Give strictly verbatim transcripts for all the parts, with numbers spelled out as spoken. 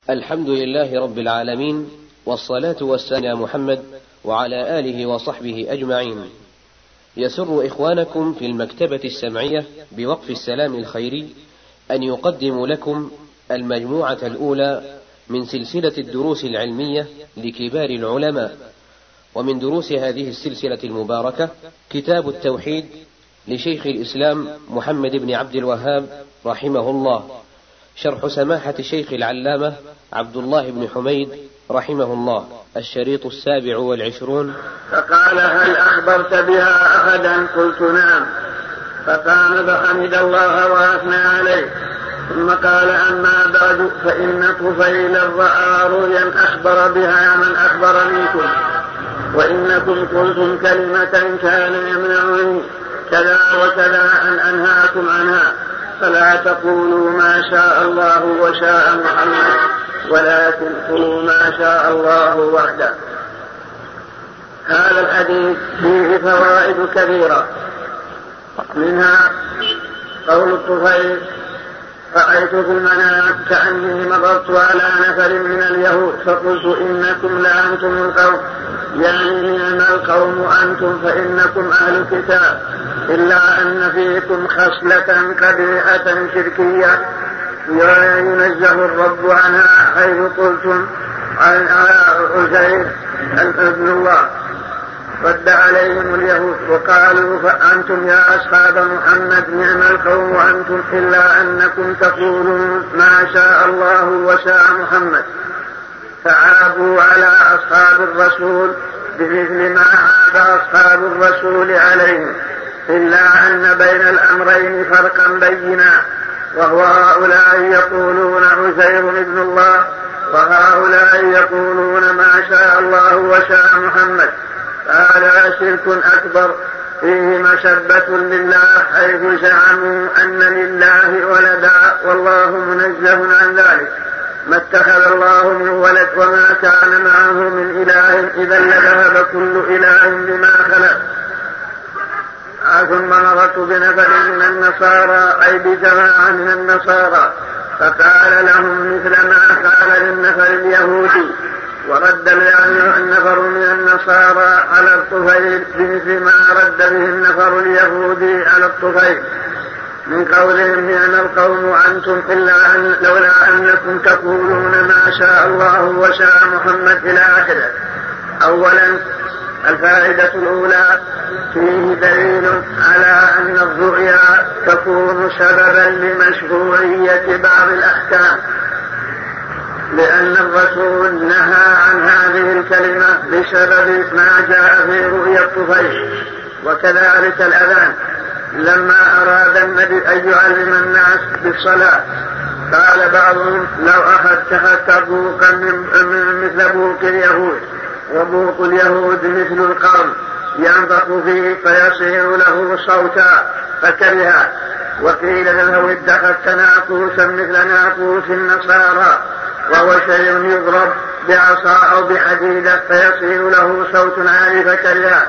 الحمد لله رب العالمين، والصلاة والسلام على محمد وعلى آله وصحبه أجمعين. يسر إخوانكم في المكتبة السمعية بوقف السلام الخيري أن يقدم لكم المجموعة الأولى من سلسلة الدروس العلمية لكبار العلماء، ومن دروس هذه السلسلة المباركة كتاب التوحيد لشيخ الإسلام محمد بن عبد الوهاب رحمه الله، شرح سماحة الشيخ العلامة عبد الله بن حميد رحمه الله، الشريط السابع والعشرون. فقال: هل أخبرت بها أحدا؟ قلت: نعم. فقام فحمد الله وأثنى عليه، ثم قال: أما بعد، فإن طفيلا رأى رؤيا أخبر بها من أخبر منكم، وإنكم قلتم كلمة كان يمنعني كذا وكذا أن أنهاكم عنها، فلا تقولوا ما شاء الله وشاء محمد، ولكن قولوا ما شاء الله وحده. هذا الحديث فيه فوائد كثيرة، منها قول الطفيل: رأيت في المنام كأني مضت على نفر من اليهود فقلت إنكم لأنتم القوم، يعني نعم القوم أنتم فإنكم أهل الكتاب، إلا أن فيكم خصلة قبيحة شركية ينزه الرب عنها، حيث قلتم عن عزير ابن الله. رد عليهم اليهود وقالوا: فأنتم يا أصحاب محمد نعم القوم أنتم، إلا أنكم تقولون ما شاء الله وشاء محمد. فعابوا على أصحاب الرسول بمثل ما عاب أصحاب الرسول عليهم، إلا أن بين الأمرين فرقا بينا، وهو هؤلاء يقولون عزير ابن الله، وهؤلاء يقولون ما شاء الله وشاء محمد. هذا شرك أكبر فيه مشبة لله، حيث زعموا أن لله ولدا والله منزه عن ذلك. ما اتخذ الله من ولد وما كان معه من إله، إذا لذهب كل إله بما خلق. ثم مررت بنفر من النصارى، أي بجماعة من النصارى، فقال لهم مثل ما قال للنفر اليهودي، ورد النفر من النصارى على الطفيل بمثل ما رد به النفر اليهودي على الطفيل من قولهم نعم القوم أنتم، إلا أن لولا أنكم تقولون ما شاء الله وشاء محمد إلى آخره. أولا، الفائدة الأولى فيه دليل على أن الرؤيا تكون سببا لمشروعية بعض الأحكام، لأن الرسول نهى عن هذه الكلمة بسبب ما جاء في رؤيا الطفيل. وكذلك الأذان، لما أراد النبي أن يعلم الناس بالصلاة قال بعضهم: لو أخذت حتى بوقا من مثل بوق اليهود، وبوق اليهود مثل القرن ينفخ فيه فيصير له صوتا، فكرها. وقيل له: اتخذت ناقوسا مثل ناقوس النصارى، وهو شيء يضرب بعصا أو بحديدة فيصير له صوت عالي، فكرها.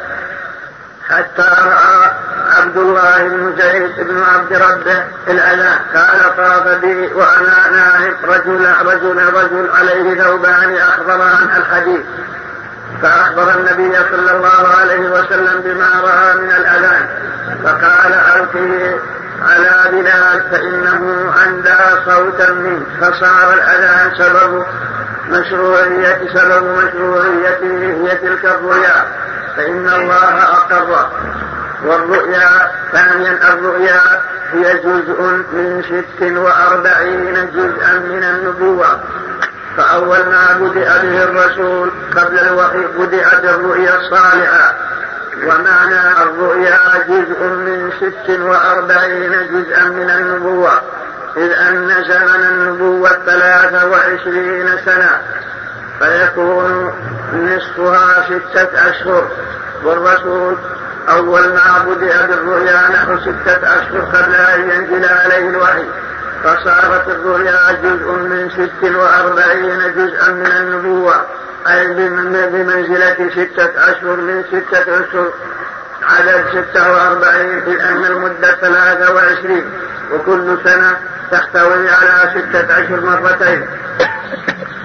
حتى رأى عبد الله بن زيد بن عبد ربه الأذان، قال: طاف بي وأنا نائم رجل رجل رجل عليه ثوبان أخبر عن الحديث، فأخبر النبي صلى الله عليه وسلم بما رأى من الأذان، فقال: ألقه على بلال فإنه عندها صوتا منه. فصار الأذان سبب مشروعية سبب مشروعيته هي تلك الرؤيا، فإن الله أقر. والرؤيا ثانيا، الرؤيا هي جزء من ست وأربعين جزءا من النبوة، فأول ما بدأ به الرسول قبل الوحي بدأ بالرؤيا الصالحة. ومعنى الرؤيا جزء من ست وأربعين جزءا من النبوة، إذ أن زمن النبوة ثلاثة وعشرين سنة، فيكون نصفها ستة أشهر. والرسول أول ما بدأ بالرؤيا نحو ستة أشهر قبل أن ينزل عليه الوحي، فصارت الرؤيا جزء من ست وأربعين جزءا من النبوة، أي بمنزلة ستة أشهر من ستة أشهر، عدد ستة وأربعين، لأن المدة ثلاثة وعشرين، وكل سنة تحتوي على ستة أشهر مرتين.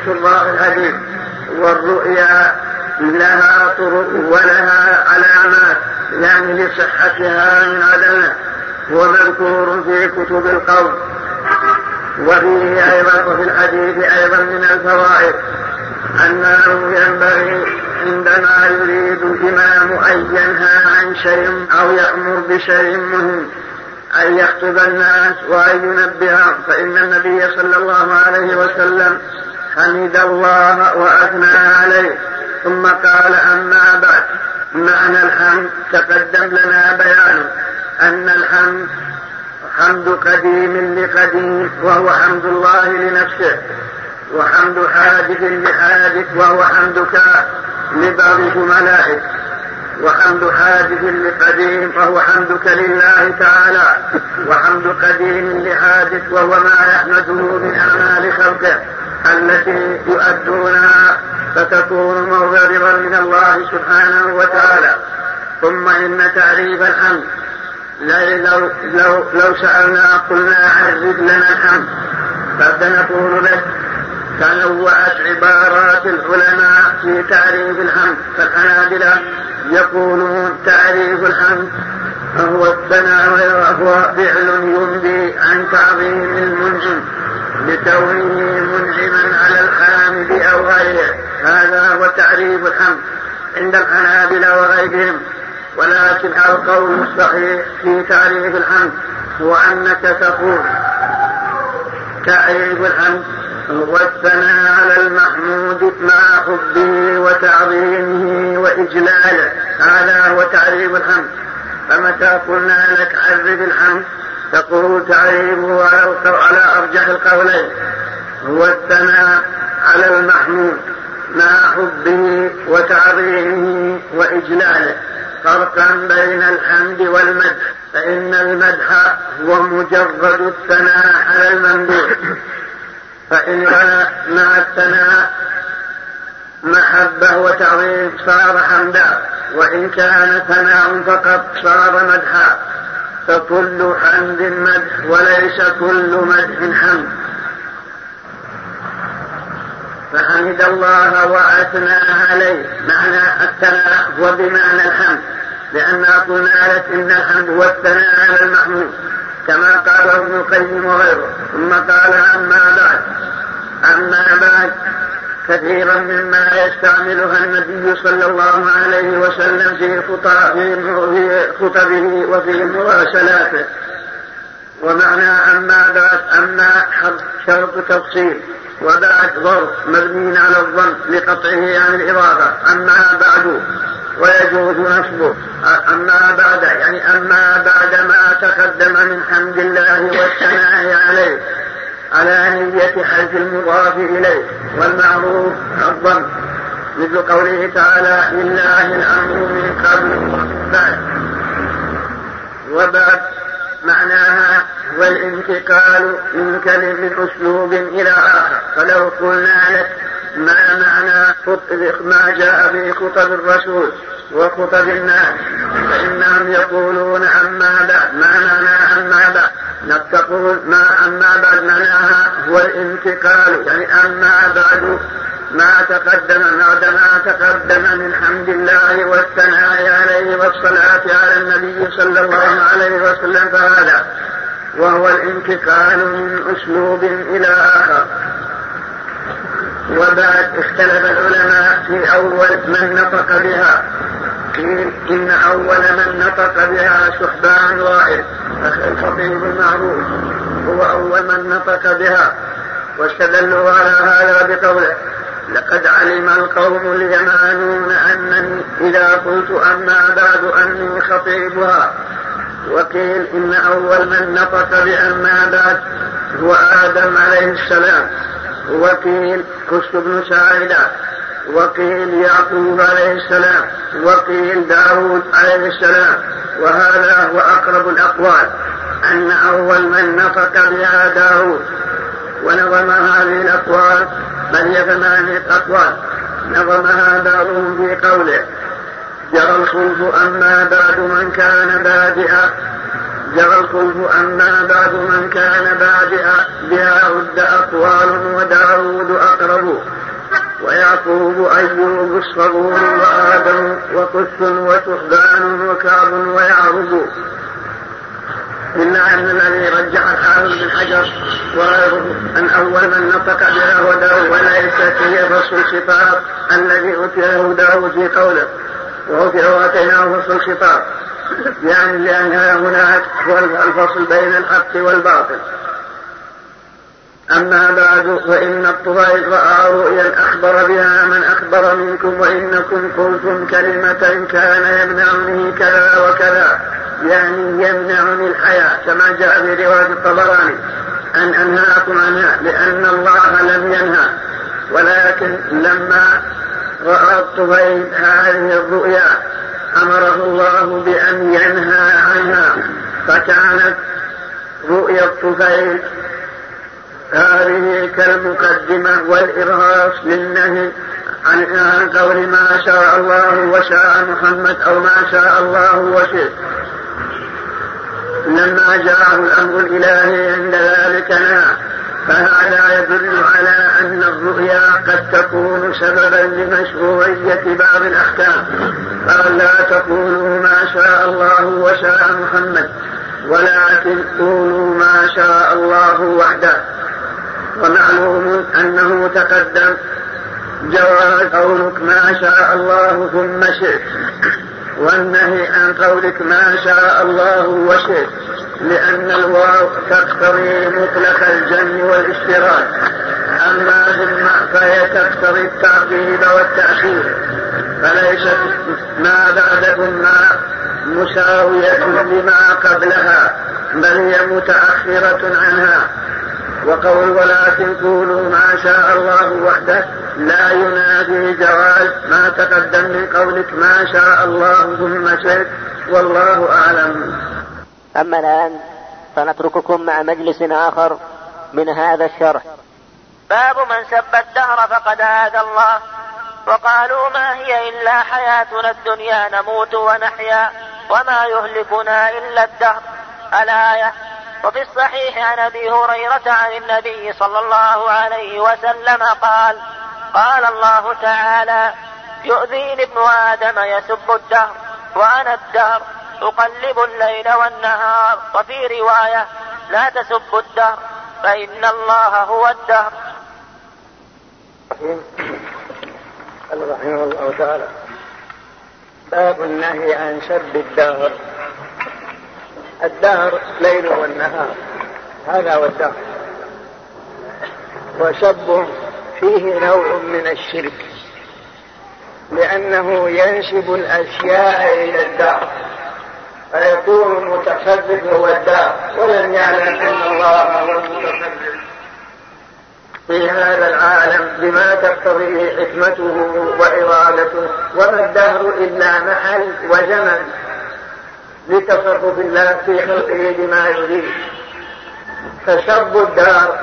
شراح الحديث. والرؤيا لها طرق ولها علامات يعني لصحتها من عدمها، ومذكور في كتب القوم. وفيه أيضا في الحديث أيضا من الفوائد أنه ينبغي عندما يريد الإمام أن ينهى عن شيء أو يأمر بشيء مهم أن يخطب الناس وأن ينبههم، فإن النبي صلى الله عليه وسلم حمد الله وأثنى عليه ثم قال: أما بعد. معنى الحمد تقدم لنا بيانه أن الحمد حمد قديم لقديم وهو حمد الله لنفسه، وحمد حادث لحادث وهو حمدك لبعض ملائك، وحمد حادث لقديم وهو حمدك لله تعالى، وحمد قديم لحادث وهو ما يحمده من أعمال خلقه التي يؤدونها فتكون مغضبا من الله سبحانه وتعالى. ثم إن تعريف الحمد لو, لو, لو سألنا قلنا عرف لنا الحمد فسنقول لك تنوعت عبارات العلماء في تعريف الحمد. فالحنابلة يقولون تعريف الحمد هو الثناء وهو فعل ينبي عن تعظيم المنعم لكونه منعما على الحامد أو غيره، هذا هو تعريف الحمد عند الحنابلة وغيرهم. ولكن القول الصحيح في تعريف الحمد هو أنك تقول تعريف الحمد هو الثناء على المحمود مع حبه وتعظيمه وإجلاله، هذا هو تعريف الحمد. فمتى قلنا لك عرف الحمد تقول تعريفه على أرجح القولين هو الثناء على المحمود مع حبه وتعظيمه وإجلاله. فرقا بين الحمد والمدح، فإن المدح هو مجرد الثناء على الممدوح، فإن كان مع الثناء محبة وتعظيم صار حمدا، وإن كان ثناء فقط صار مدحا. فكل حمد مدح وليس كل مدح حمد. فحمد الله وأثنى عليه، معنى الثناء وبمعنى الحمد، لأننا قلنا لك إن الحمد هو الثناء على المحمود كما قال ابن القيم وغيره. ثم قال: أما بعد. أما بعد كثيرا مما يستعملها النبي صلى الله عليه وسلم في خطبه وفي مراسلاته. ومعنى أما بعد أما شرط تفصيل، وبعد ظرف مبني على الظن لقطعه عن الإضافة. أما بعد ويجوز نصبه أما بعد يعني أما بعد ما تقدم من حمد الله والثناء عليه على نية حذف المضاف إليه، والمعروف الظن، مثل قوله تعالى: لله الأمر من قبل ومن بعد. وبعد معناها والانتقال من كلمة من أسلوب إلى آخر. فلو قلنا لك ما معنى ما جاء في خطب الرسول وخطب الناس فإنهم يقولون أما بعد. ما معنى أما بعد؟ نتقول ما أما بعد معناها هو الانتقال، يعني أما بعد ما تقدم بعد ما تقدم من حمد الله والثناء عليه والصلاة على النبي صلى الله عليه وسلم فهذا وهو الانتقال من أسلوب إلى آخر. وبعد اختلف العلماء في أول من نطق بها، قيل إن أول من نطق بها شحبان وائل الخطيب المعروف هو أول من نطق بها، واستدلوا على هذا بقوله: لقد علم القوم اليمانون أنني إذا قلت أما بعد أني خطيبها. وقيل إن أول من نطق بأما بعد هو آدم عليه السلام، وقيل كس بن ساعدة، وقيل يعقوب عليه السلام، وقيل داود عليه السلام. وهذا هو أقرب الأقوال أن أول من نطق بها داود. ونظم هذه الأقوال بل هي ثمانية أقوال نظمها بعضهم في قوله: جرى الخلف أما بعد من كان بادئا جرى الخلف أما بعد من كان بادئا بها عد أقوال وداود أقرب ويعقوب أيوب الصبور وآدم وقس وتحبان وكعب ويعرب. إلا أن الذي رجح الحافظ بن حجر وغيره أن أول من نطق بها هو داود وليست هي فصل الشطار الذي أوتيه داود في قوله وآتيناه فصل الشطار، يعني لأنها هناك هو الفصل بين الحق والباطل. أما بعد فإن الطفيل رأى رؤيا أخبر بها من أخبر منكم وإنكم قلتم كلمة كان يمنعني كذا وكذا، يعني يمنعني الحياة كما جاء في رواية الطبراني أن أنهاكم عنها لأن الله لم ينهى، ولكن لما رأى الطفيل هذه الرؤيا أمره الله بأن ينهى عنها، فكانت رؤيا الطفيل هذه كالمقدمة والإرهاص للنهي عن قول ما شاء الله وشاء محمد أو ما شاء الله وشئت. لما جاءه الأمر الإلهي عند ذلك نهى، فهذا يدل على أن الرؤيا قد تكون سببا لمشروعية بعض الأحكام، قال لا تقولوا ما شاء الله وشاء محمد ولكن قولوا ما شاء الله وحده. ومعلوم أنه تقدم جواز قولك ما شاء الله ثم شئت، والنهي عن قولك ما شاء الله وشئت، لأن الواو تقتضي مطلق الجمع والاشتراك، أما ثم فهي تقتضي التعقيب والتأخير، فليست ما بعد ثم مساوية لما قبلها بل هي متأخرة عنها. وقول ولكن قولوا ما شاء الله وحده لا ينافي جواز ما تقدم من قولك ما شاء الله ثم شئت، والله أعلم. أما الآن فنترككم مع مجلس آخر من هذا الشرح. باب من سب الدهر فقد آذى الله. وقالوا ما هي إلا حياتنا الدنيا نموت ونحيا وما يهلكنا إلا الدهر. الآية. وفي الصحيح عن أبي هريرة عن النبي صلى الله عليه وسلم قال قال الله تعالى يؤذيني ابن آدم يسب الدهر وأنا الدهر أقلب الليل والنهار. وفي رواية لا تسب الدهر فإن الله هو الدهر. رحمه الله تعالى. باب النهي عن سب الدهر. الدهر ليل والنهار، هذا هو الدهر، وسبه فيه نوع من الشرك لأنه ينسب الأشياء إلى الدهر فيكون المتسبب هو الدهر ولم يعلم أن الله هو المتسبب في هذا العالم بما تقتضيه حكمته وإرادته، وما الدهر إلا محل وزمن لتصرف الله في خلقه بما يريد. فسب الدهر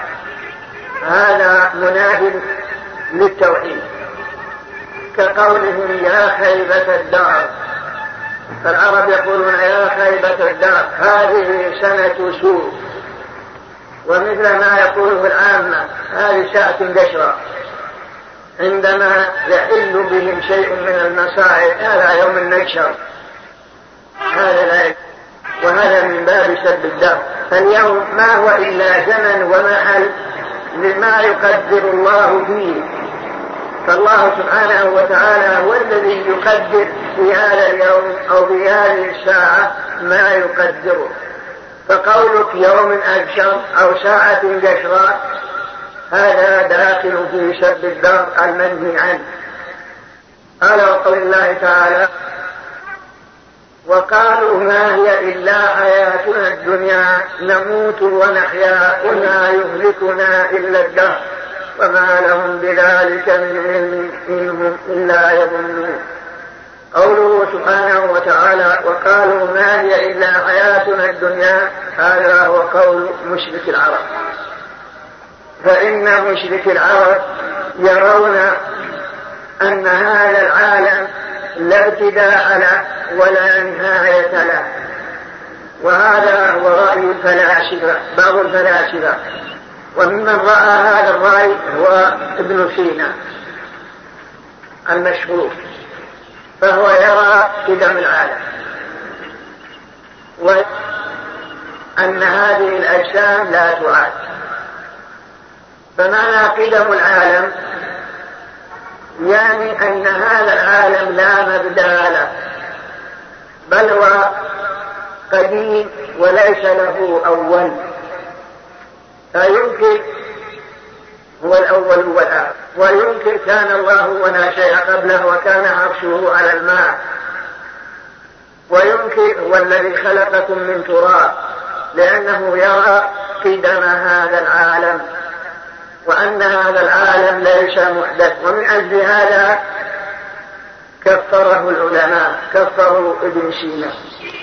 هذا منافي للتوحيد كقولهم يا خيبة الدهر. فالعرب يقولون يا خيبة الدهر هذه سنة سوء، ومثل ما يقوله العامة هذه ساعة قشرة عندما يحل بهم شيء من المصائب هذا يوم النكشر، هذا لا. وهذا من باب سب الدهر. فاليوم ما هو إلا زمن ومحل لما يقدر الله فيه، فالله سبحانه وتعالى هو الذي يقدر في هذا اليوم أو في هذه الساعة ما يقدره. فقولك يوم أبشر أو ساعة قشرة هذا داخل في سب الدهر المنهي عنه. قال وقول الله تعالى وقالوا ما هي إلا حياتنا الدنيا نموت ونحيا وما يهلكنا إلا الدهر وما لهم بذلك من علم منهم إلا يظنون. قوله سبحانه وتعالى وقالوا ما هي إلا حياتنا الدنيا هذا هو قول مشرك العرب، فإن مشرك العرب يرون أن هذا العالم لا ابتداء له ولا نهاية له، وهذا هو رأي الفلاسفة بعض الفلاسفة، وممن رأى هذا الرأي هو ابن سينا المشهور، فهو يرى قدم العالم، وأن هذه الأجسام لا تعاد. فمعنى قدم العالم يعني أن هذا العالم لا مبدأ له، بل هو قديم وليس له أول، فيمكن هو الأول والآخر، ويمكن كان الله ولا شيء قبله وكان عرشه على الماء، ويمكن هو الذي خلقكم من تراب، لأنه يرى قدم هذا العالم وأن هذا العالم ليس محدث. ومن أجل هذا كفره العلماء، كفروا ابن سينا.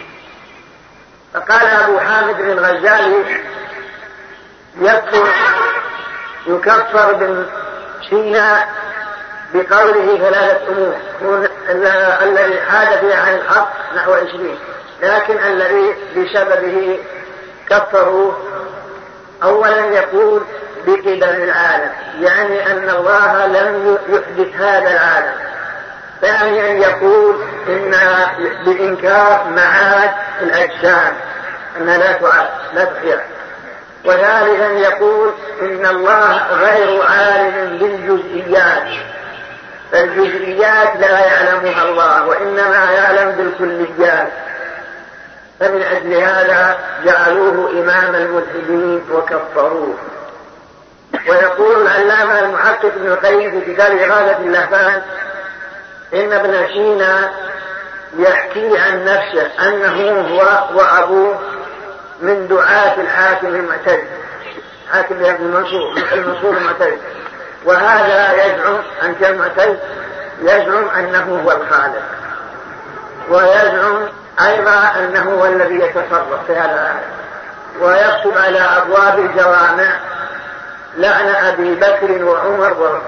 فقال أبو حامد الغزالي يكفر يكفر ابن سينا بقوله ثلاثة أمور، الذي حاد فيه عن الحق نحو عشرين، لكن الذي بسببه كفروا أولا يقول بقدم العالم، يعني أن الله لم يحدث هذا العالم. ثانيا يقول إن بإنكار معاد الأجسام، أن لا تعاد لا تحيا. وثالثا يقول إن الله غير عالم بالجزئيات، فالجزئيات لا يعلمها الله وإنما يعلم بالكليات، فمن أجل هذا جعلوه إمام الملحدين وكفروه. ويقول العلامة المحقق ابن القيم في كتاب إغاثة اللهفان إن ابن سينا يحكي عن نفسه أنه هو وأبوه من دعاة الحاكم المعتزلي، حاكم ابن المنصور المنصور المعتزلي، وهذا يزعم أن المعتزلي يزعم أنه هو الخالق، ويزعم أيضا أنه هو الذي يتصرف في هذا العالم، ويكتب على أبواب الجوامع لعن أبي بكر وعمر وعمر،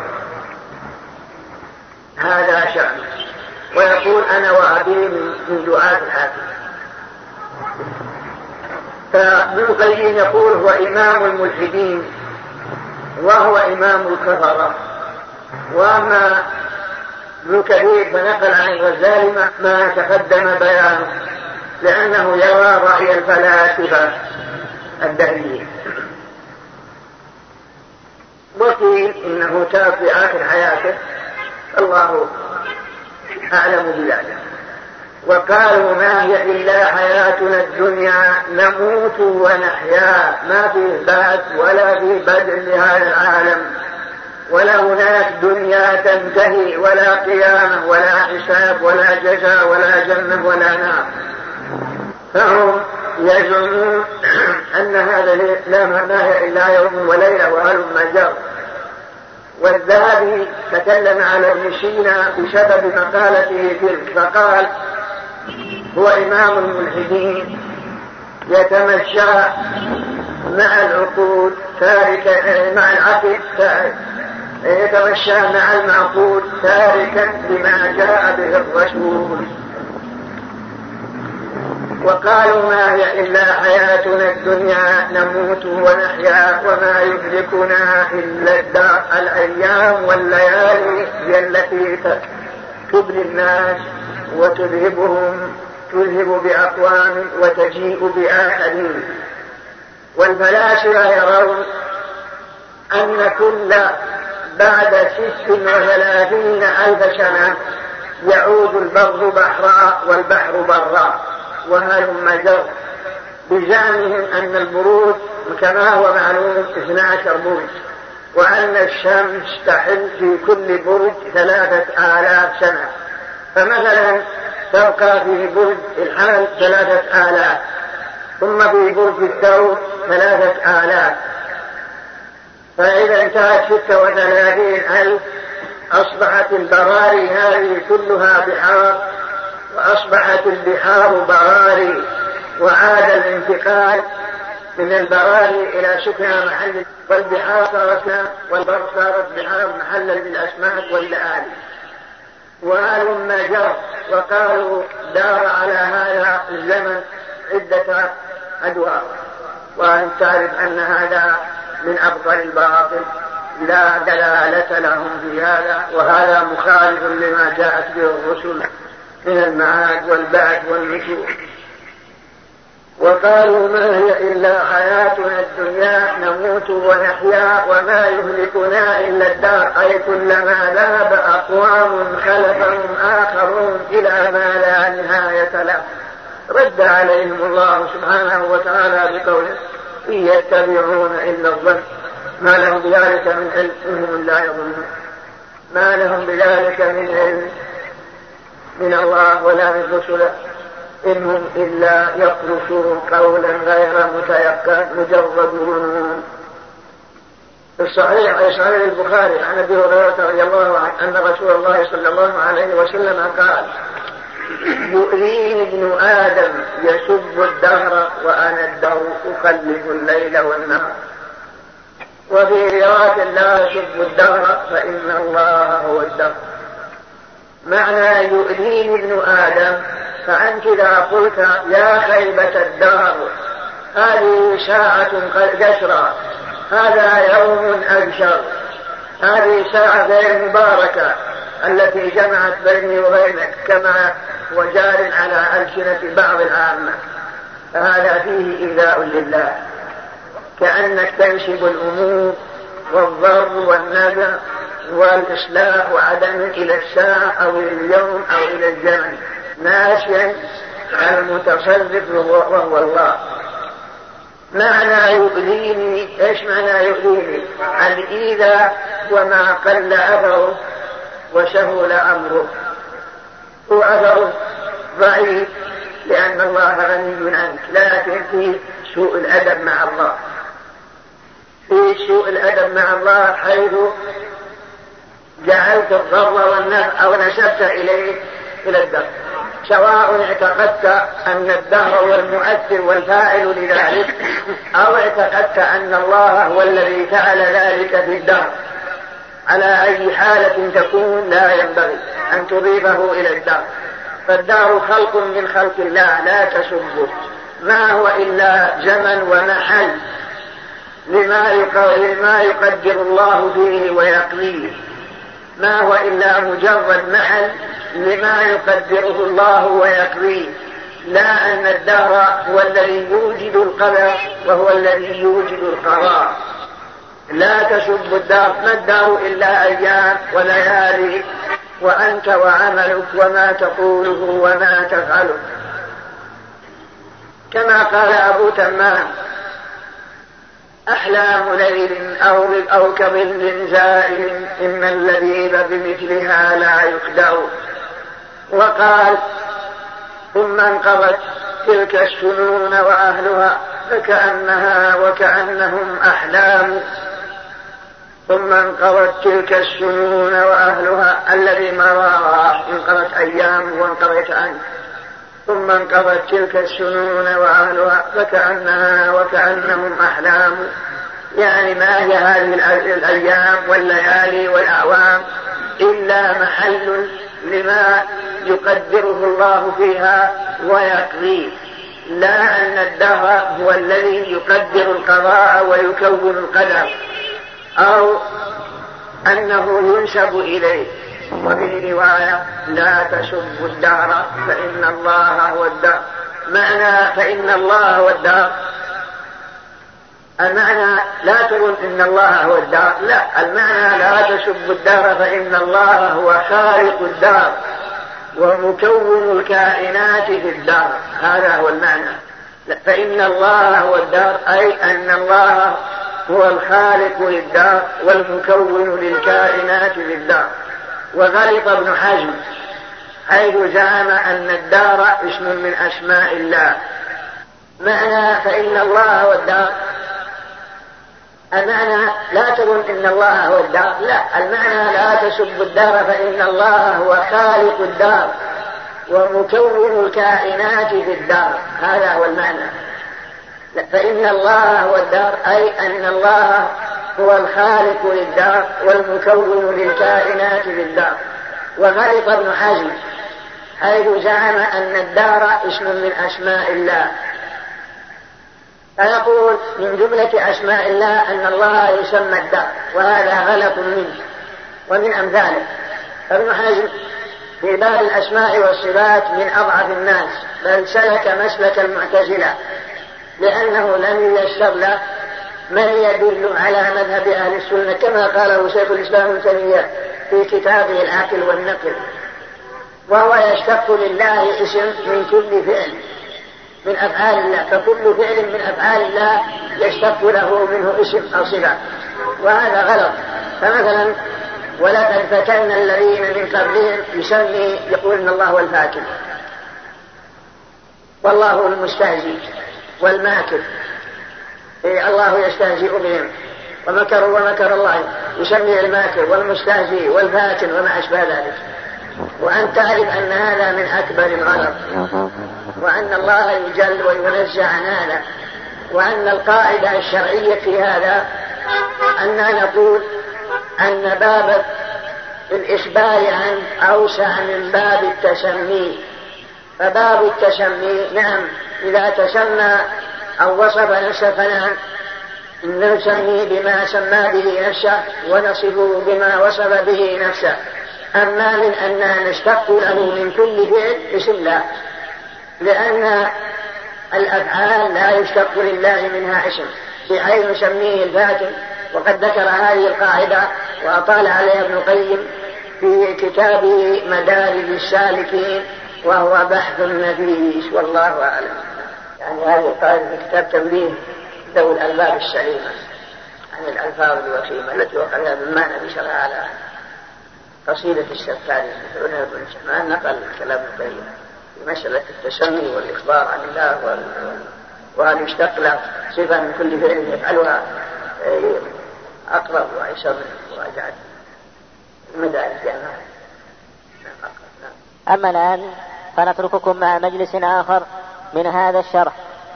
هذا شأنه. ويقول أنا وأبي من دعاة الحاكم. فابن القيم يقول هو إمام الملحدين وهو إمام الكفرة. وأما ابن كثير فنقل عن الغزالي ما تقدم بيانه، لأنه يرى رأي الفلاسفة الدهريين. وقيل إنه تاب في آخر حياته، الله أعلم بذلك. وقالوا ما هي إلا حياتنا الدنيا نموت ونحيا، ما فيه بعث ولا فيه بدء لهذا العالم، ولا هناك دنيا تنتهي، ولا قيامة ولا حساب ولا جزاء ولا جنة ولا نار. فهم يزعمون أن هذا لا معناه إلا يوم وليلة وهلم جر. والذهبي تكلم على ابن سينا بسبب مقالته تلك، فقال هو إمام الملحدين يتمشى مع العقول تاركا مع العقل يتمشى مع المعقول تاركا بما جاء به الرسول. وقالوا ما هي إلا حياتنا الدنيا نموت ونحيا وما يدركنا إلا الدار الأيام والليالي هي التي تبلي الناس وتذهبهم تذهب بأقوام وتجيء بآخرين. والفلاسفة يرون أن كل بعد ست وثلاثين ألف سنة يعود البر بحراء والبحر براء وهلم جر، بزعمهم أن البروج كما هو معلوم اثنا عشر برج، وأن الشمس تحل في كل برج ثلاثة آلاف سنة. فمثلا تبقى في برج الحمل ثلاثة آلاف، ثم في برج الثور ثلاثة آلاف، فإذا انتهت ستة وثلاثين ألف أصبحت البراري هذه كلها بحار، وأصبحت البحار براري، وعاد الانتقال من البراري إلى سكنها محل، والبحار صارت والبر صارت بحار محلا للأسماك واللآلي وهلم جر. وقالوا دار على هذا الزمن عدة أدوار، وأن تعرف أن هذا من أفضل الباطل، لا دلالة لهم في هذا، وهذا مخالف لما جاءت به الرسل من المعاد والبعث والنشور. وقالوا ما هي إلا حياتنا الدنيا نموت ونحيا وما يهلكنا إلا الدار، أي كلما ذهب أقوام خلفهم آخرون إلى ما لا نهاية له. رد عليهم الله سبحانه وتعالى بقوله إن يتبعون إلا الظن ما لهم بذلك من علم إنهم لا يظنون، ما لهم بذلك من علم من الله ولا من رسله، إنهم إلا يخرصون قولا غير متيقن مجرد ظنون. في الصحيح أي صحيح البخاري عن أبي هريرة رضي الله عنه أن رسول الله صلى الله عليه وسلم قال يؤذيني ابن آدم يسب الدهر وأنا الدهر أخلف الليل والنهار. وفي رواية لا يسب الدهر فإن الله هو الدهر. معنى يؤذيني ابن آدم فأنت إذا قلت يا خيبة الدهر هذه ساعة قشرة، هذا يوم أبشر، هذه ساعة غير مباركة التي جمعت بيني وبينك كما وجار على ألسنة بعض العامة، فهذا فيه إيذاء لله، كأنك تنسب الأمور والضر والنفع والإصلاح وعدم إلى الساعة أو إلى اليوم أو إلى الزمن، ناسيا المتصرف وهو الله. معنى يؤذيني ايش معنى يؤذيني؟ الإيذاء وما قل أثره وسهل أمره، وأثره ضعيف لأن الله غني عنك، لكن في سوء الأدب مع الله، في سوء الأدب مع الله حيث جعلت الضر والنفع أو نسبت إليه إلى الدهر، سواء اعتقدت أن الدهر هو المؤثر والفاعل لذلك أو اعتقدت أن الله هو الذي فعل ذلك في الدهر. على أي حالة تكون لا ينبغي أن تضيفه إلى الدهر، فالدهر خلق من خلق الله لا تسبه، ما هو إلا زمن ومحل لما يقدر الله فيه ويقضيه، ما هو إلا مجرد محل لما يقدره الله ويقضيه، لا أن الدهر هو الذي يوجد القدر وهو الذي يوجد القضاء. لا تسب الدهر، ما الدهر إلا أيام وليالي، وأنت وعملك وما تقوله وما تفعله. كما قال أبو تمام أحلام ليل أو, أو كظل زائل إن اللذيذ بمثلها لا يخدع. وقال ثم انقضت تلك السنون وأهلها فكأنها وكأنهم أحلام، ثم انقضت تلك السنون وأهلها الذي مراها انقضت أيام وانقضت عنه، ثم انقضت تلك السنون وأهلها فكأنها وكأنهم أحلام، يعني ما هي هذه الأيام والليالي والأعوام إلا محل لما يقدره الله فيها ويقضيه، لا أن الدهر هو الذي يقدر القضاء ويكون القدر أو أنه ينسب إليه. وفي رواية لا تسبوا الدهر فإن الله هو الدهر. معنى فإن الله هو الدهر، المعنى لا تقول إن الله هو الدهر، لا، المعنى لا تسبوا الدهر فإن الله هو خالق الدهر ومكون الكائنات في الدهر، هذا هو المعنى. فإن الله هو الدهر أي أن الله هو الخالق للدهر والمكون للكائنات في الدهر. وغلط ابن حزم حيث زعم أن الدهر اسم من أسماء الله. معنى فإن الله هو الدهر، المعنى لا تقول إن الله هو الدهر، لا، المعنى لا تسب الدهر فإن الله هو خالق الدهر ومكون الكائنات في الدهر، هذا هو المعنى. فإن الله هو الدهر أي أن الله هو الخالق للدهر والمكون للكائنات في الدهر. وغلط ابن حزم حيث زعم أن الدهر اسم من أسماء الله. فيقول من جملة أسماء الله أن الله يسمى الدهر، وهذا غلط منه ومن أمثاله. فابن حزم في باب الأسماء والصفات من أضعف الناس، بل سلك مسلك المعتزلة، لأنه لم ييسر له ما يدل على مذهب أهل السنة، كما قاله شيخ الإسلام ابن تيمية في كتابه العقل والنقل. وهو يشتق لله اسم من كل فعل من أفعال الله، فكل فعل من أفعال الله يشتق له منه اسم أو صفة، وهذا غلط. فمثلا ولقد فتنا الذين من قبلهم يسمي يقول إن الله هو الفاكر، والله هو المستهزئ والماكر، إيه الله يستهزئ بهم ومكروا ومكر الله، يسمي الماكر والمستهزئ والفاكر وما أشبه ذلك. وأن تعرف أن هذا من أكبر الغلط، وأن الله يجل وينزع عن هذا، وأن القاعدة الشرعية في هذا أننا نقول أن باب الإخبار عنه أوسع من باب التسمي. فباب التسمي نعم إذا تسمى أو وصف نفسه فنعم نسميه بما سمى به نفسه ونصفه بما وصف به نفسه. أما من أننا نشتق له من كل فعل اسم الله، لأن الأفعال لا يشتق لله منها اسم بحيث نسميه الفاكر. وقد ذكر هذه القاعدة وأطال عليها ابن القيم في كتابه مدارج السالكين، وهو بحث نفيس والله أعلم. يعني هذه القاعدة في كتاب تنبيه ذوي الألباب السليمة عن الألفاظ الوخيمة التي وقعها بالمعنى بشرها على قصيدة السفاري مثلنا بن سمان نقل كلام ابن القيم في مسألة التسمي والإخبار عن الله وهل يشتق له صفة من كل فعل يفعلها أقرب وأيسر من مراجعة المدارج جامعة. أما الآن فنترككم مع مجلس آخر من هذا الشرح.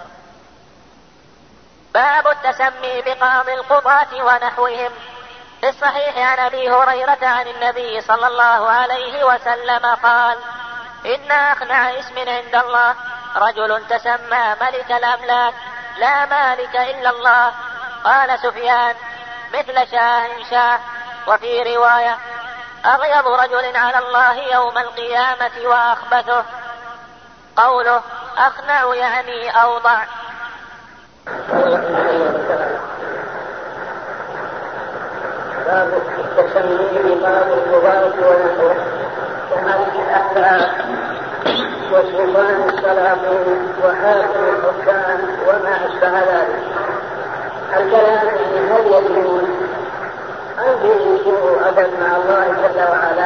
باب التسمي بقاضي القضاة ونحوهم. في الصحيح عن أبي هريرة عن النبي صلى الله عليه وسلم قال: إن أخنع اسم عند الله رجل تسمى ملك الأملاك لا مالك إلا الله. قال سفيان: مثل شاه شاه. وفي رواية: أغيظ رجل على الله يوم القيامة وأخبثه. قوله أخنع يعني أوضع. باب التسمي بباب القضاة ونحوه كملك الأخلاق وسلطان السلاطين وحاكم الحكام وما أشبه ذلك. الكلام يعني هل يجوز أن فيه سوء أدب مع الله جل وعلا،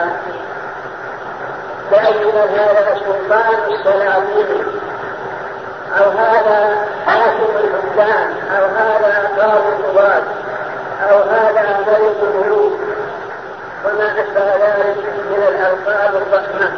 لأن هذا سلطان السلاطين أو هذا حاكم الحكام أو هذا قاضي القضاة أو هذا ملك الملوك وما أشبه ذلك من الألقاب الضخمة.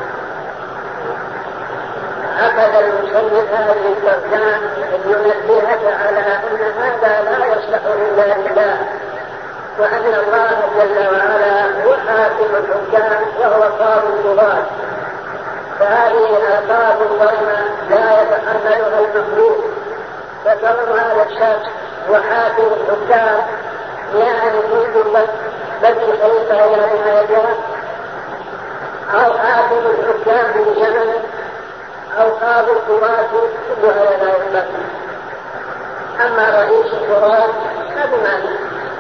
أخذ المصنف هذه الترجمة لينبهك على أن هذا لا يصلح إلا لله، وأن الله جل وعلا هو حاكم الحكام وهو قاضي القضاة. فهذه الألقاب الضخمة لا يتحملها المخلوق. فكون هذا الشخص وحاكم الحكام يعني منذ بدء خلقه إلى نهايته، أو حاكم الحكام في زمنه، أو قاضي القضاة، كل هذا لا ينبغي. أما رئيس القضاة فبمعنى،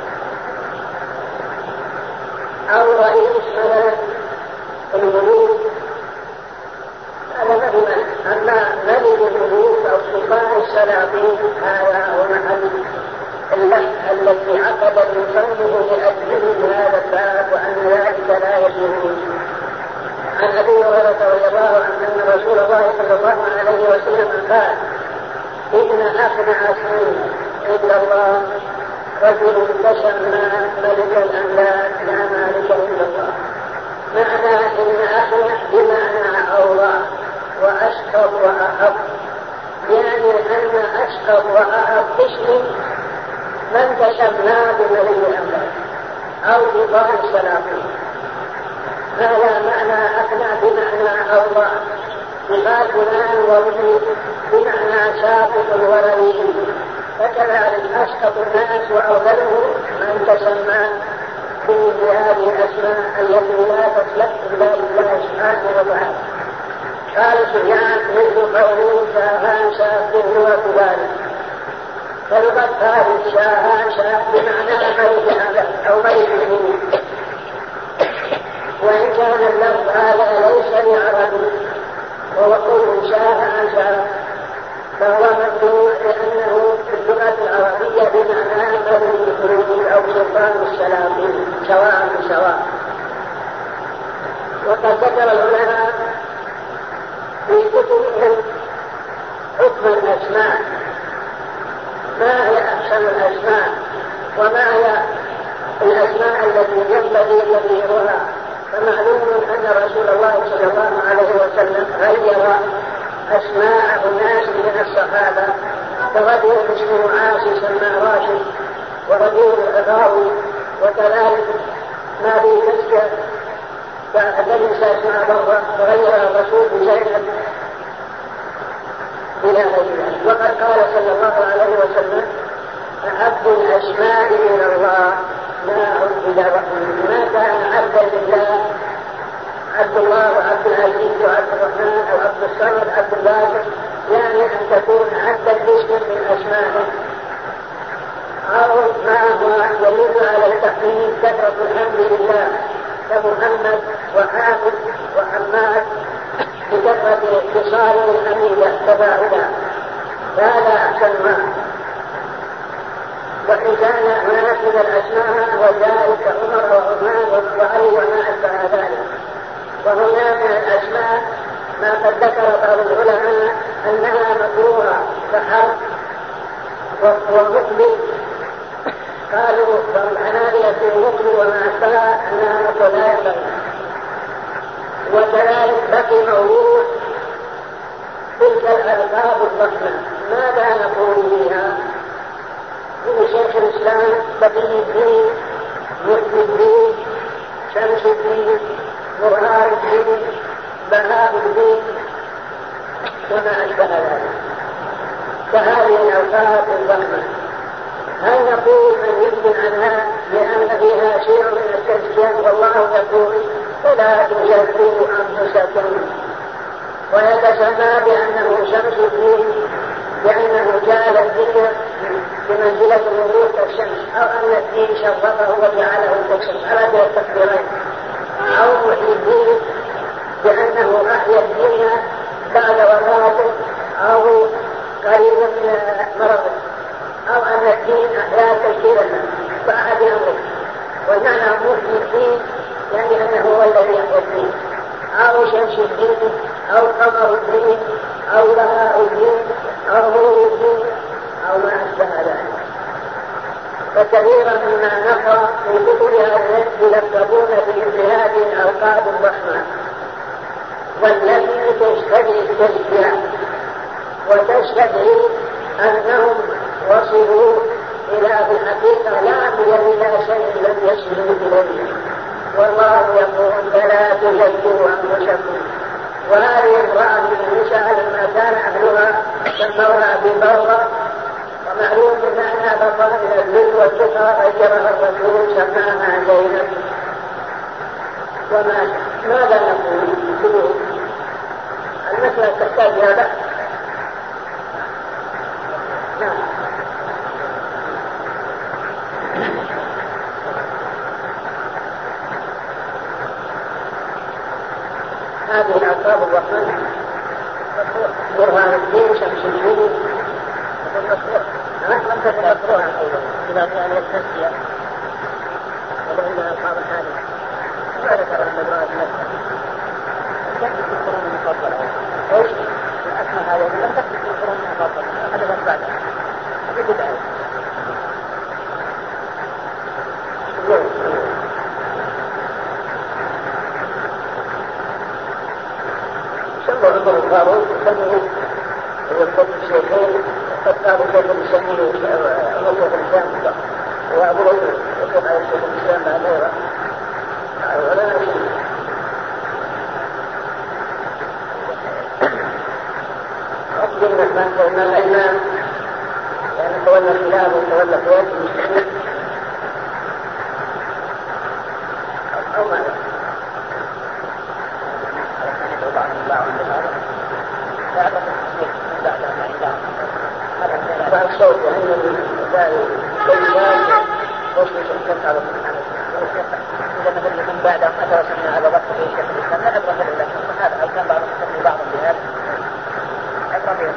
أو رئيس مثلا الملوك هذا ما بمعنى. أما ملك الملوك أو سلطان السلاطين هذا هو محل اللفظ الذي عقد المصنف لأجله هذا الباب، وأن ذلك لا يجوز. عن أبي هريرة رضي الله عنه أن رسول الله صلى الله عليه وسلم قال: إن أخنع اسم عند الله رجل تسمى ملك الأملاك لا مالك إلا الله. معنى إن أخنع بمعنى أوضع وأشقر وأحب، يعني أن أشقر وأحب اسم من تسمى بملك الأملاك أو سلطان السلاطين. هذا معنى أخنع بمعنى أوضع، يقال فلان وولي بمعنى ساقط ورئيس. فكذلك أسقط الناس وأضلوا من تسمى بهذه الأسماء التي لا تصلح إلا لله سبحانه وتعالى. قال سفيان مثل قوله شاهان شاهده وكذلك، فلغة هذه شاهان شاه بمعنى ملك هذا أو ملك الجنود، وإن كان اللفظ هذا ليس بعربي وهو قول شاهان شاه فهو ممنوع لأنه في اللغة العربية بمعنى ملك الجنود أو سلطان السلاطين سواء بسواء. وقد ذكر العلماء في كتبهم حكم الأسماء، ما هي أحسن الأسماء وما هي الأسماء التي ينبغي تغييرها. فمعلوم أن رسول الله صلى الله عليه وسلم غير أسماء أناس من الصحابة، فرجل اسمه عاصي سماه راشد، ورجل الغاوي، وكذلك ما به مسجد فالذي سيسمع ضرة وغير الرسول بزينب إلى غيرها. وقد قال صلى الله عليه وسلم أحب الأسماء إلى الله ما عبد الرحمن، ما كان عبدا لله عبد الله وعبد العزيز وعبد الرحمن أو عبد الصمد عبد الباسط، يعني أن تكون عبدا باسم من أسمائه، أو ما هو يدل على التحميد كثرة الحمد لله كمحمد وحامد وحماد بكثرة اتصاله الحميدة تباعدا، فهذا أحسن ما. وإن كان هناك من الأسماء وذلك عمر وعثمان وعلي وما أشبه ذلك. وهنا من الأسماء ما قد ذكر بعض العلماء أنها مكروهة كحرب ومقبل، قالوا فالحنابلة في المقبل وما أشبه أنها مكروهة لا ينبغي. وكذلك بقي موضوع تلك الألقاب الضخمة ماذا نقول فيها؟ من شيخ الإسلام بقي الدين، محيي الدين، شمس الدين، برهان الدين، بهاء الدين وما أشبه ذلك، فهذه الألقاب الضخمة هل نقول من يجب عنها لأن فيها شيء من التزكية؟ والله يقول فلا تزكوا أنفسكم، ويتسمى بأنه شمس الدين لأنه جعل الدين بمنزلة الوضوء كالشمس، أو أن الدين شرفه وجعله كالشمس على التكبيرين، أو محيي الدين بأنه أحيا الدين بعد وفاته أو قريبا من مرضه، أو أن الدين أحيا تشكيلنا فأحد أمره. والمعنى محيي الدين يعني أنه هو الذي يحيي الدين، أو شمس الدين أو قمر الدين أو بهاء الدين أو نور الدين أو ما أشبه ذلك. فكثيرا مما نقرأ في كتب أهل يلقبون في هذه الألقاب الضخمة والتي تشتري التزكية وتستدعي أنهم وصلوا إلى الحقيقة لا إلى شيء لم يصلوا إليه. والله يقول فلا تزكوا أنفسكم. وهذه امرأة من النساء لما كان أهلها سموها ببرة، ومعلوم بمعنى بطا إلى الذل والتقى غيرها الرسول سماها زينب. وما ماذا نقول؟ المسألة تحتاج إلى بحث. نعم. هذه الألقاب الرحمن برهان الدين شمس الدين نحن نذكرها أيضا إذا كان التزكية وعندنا ألقاب الحادثة ما ذكر المدرسة نفسها كيف تذكرون المفضلة ايش الأسماء هذه لم تذكرون المفضلة حدثت بعدها في بداية سموا عمر الفاروق سموا ويقول الشيخين قد قالوا كيف يسمونه عمر الإسلام وأبو رجل يقول على الشيخ الإسلام بعد غيره ولا نشيء. أقدم نحن قلنا الإمام يعني قولنا تولى قيادة المسلمين أو ما بعد الصوت وأن الإنسان وصل شركات على إذا مثل من بعد أن أترسلنا على ضغط في شيخ الإسلام لا أبرة لله هذا هل كان بعض المسلمين بعضا بهذا أبرة بهذا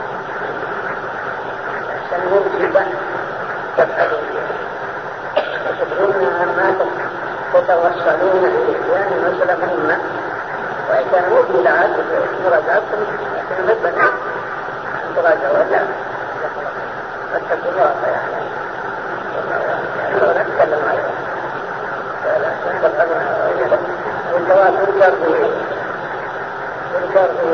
سنقول في بحث تبحثون تبحثون ما تتوصلون إليه مسألة مهمة وإن كان ممكن لعاد مراجعتكم لكن مبنى أن تراجعوا لا فاتقوا الله يعني لا نتكلم عليه والجواب يذكر في يذكر في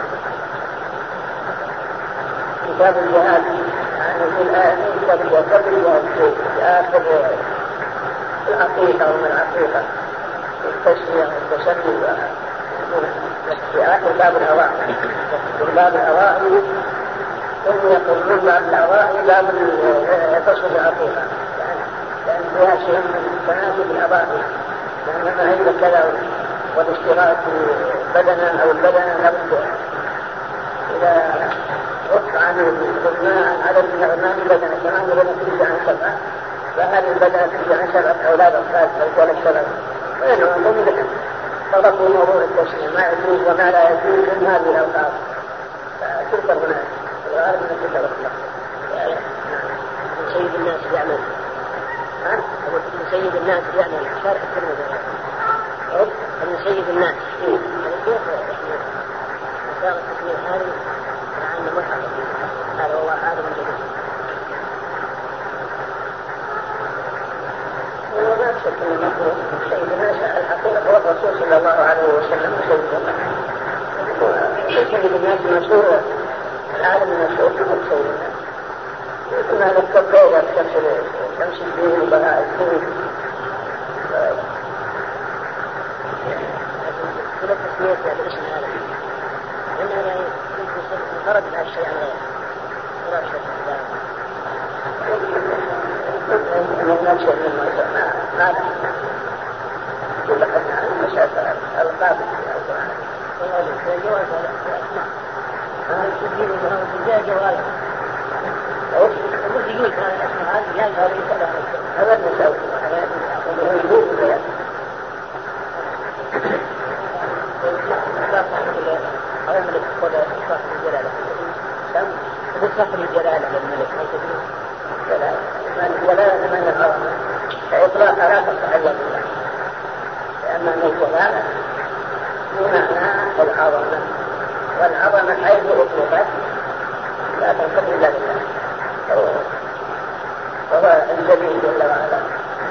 كتاب الجهاد يعني في الآية كتاب الجهاد في آخر العقيقة ومن العقيقة التسمية والتسمي في آخر باب الأواء في باب الأواء ثم يقول من باب الأواء باب تصل العقيقة لأن فيها شيء من تناسب الأواء لأنما هي كذا والاشتراك بدنا أو البدن لابد إذا وقع عنه الغناء عدد من الغناء بدنا كمان بدنا تجي عن سبعة فهذه البدنة تجي عن سبعة أولاد أفراد أو السبب وإنه ضمن طرقوا موضوع التسمية ما يجوز وما لا يجوز من هذه الأوقات فتذكر هناك الغالب من الكتاب الأخلاق سيد الناس يعمل ها؟ أقول سيد الناس يعمل شارع الترمذي أن سيد الناس يعني كيف مسار التسمية هذه مع أن ملحق هذا هو هذا من جديد ولا شك أن المفروض سيد الناس الحقيقة هو الرسول صلى الله عليه وسلم سيد الناس سيد الناس مشهور العالم المشهور كما سيد الناس ثم هذا التقوى تمشي الدين وبراء الدين كل التسمية في الاسم هذا لأنه يمكن فرد لها الشيء عن غيره ولا شيء من نفسه من ما كل قد نعلم مشاكل القابل في الجواز هذا الدين وهذا الجاء جواله ومثل يقول هذا الاسم هذا جاء جواله هذا المساوي هذا يجوز بيان هذا الملك خذ صاحب الجلالة هو صاحب الجلالة للملك ما يتبين جلالة الجلالة من العظمة فإطلاق لا تصح إلا بالله لأن الجلالة بمعنى العظمة والعظمة حيث أطلقت لا تنقل إلا بالله وهو الجليل جل وعلا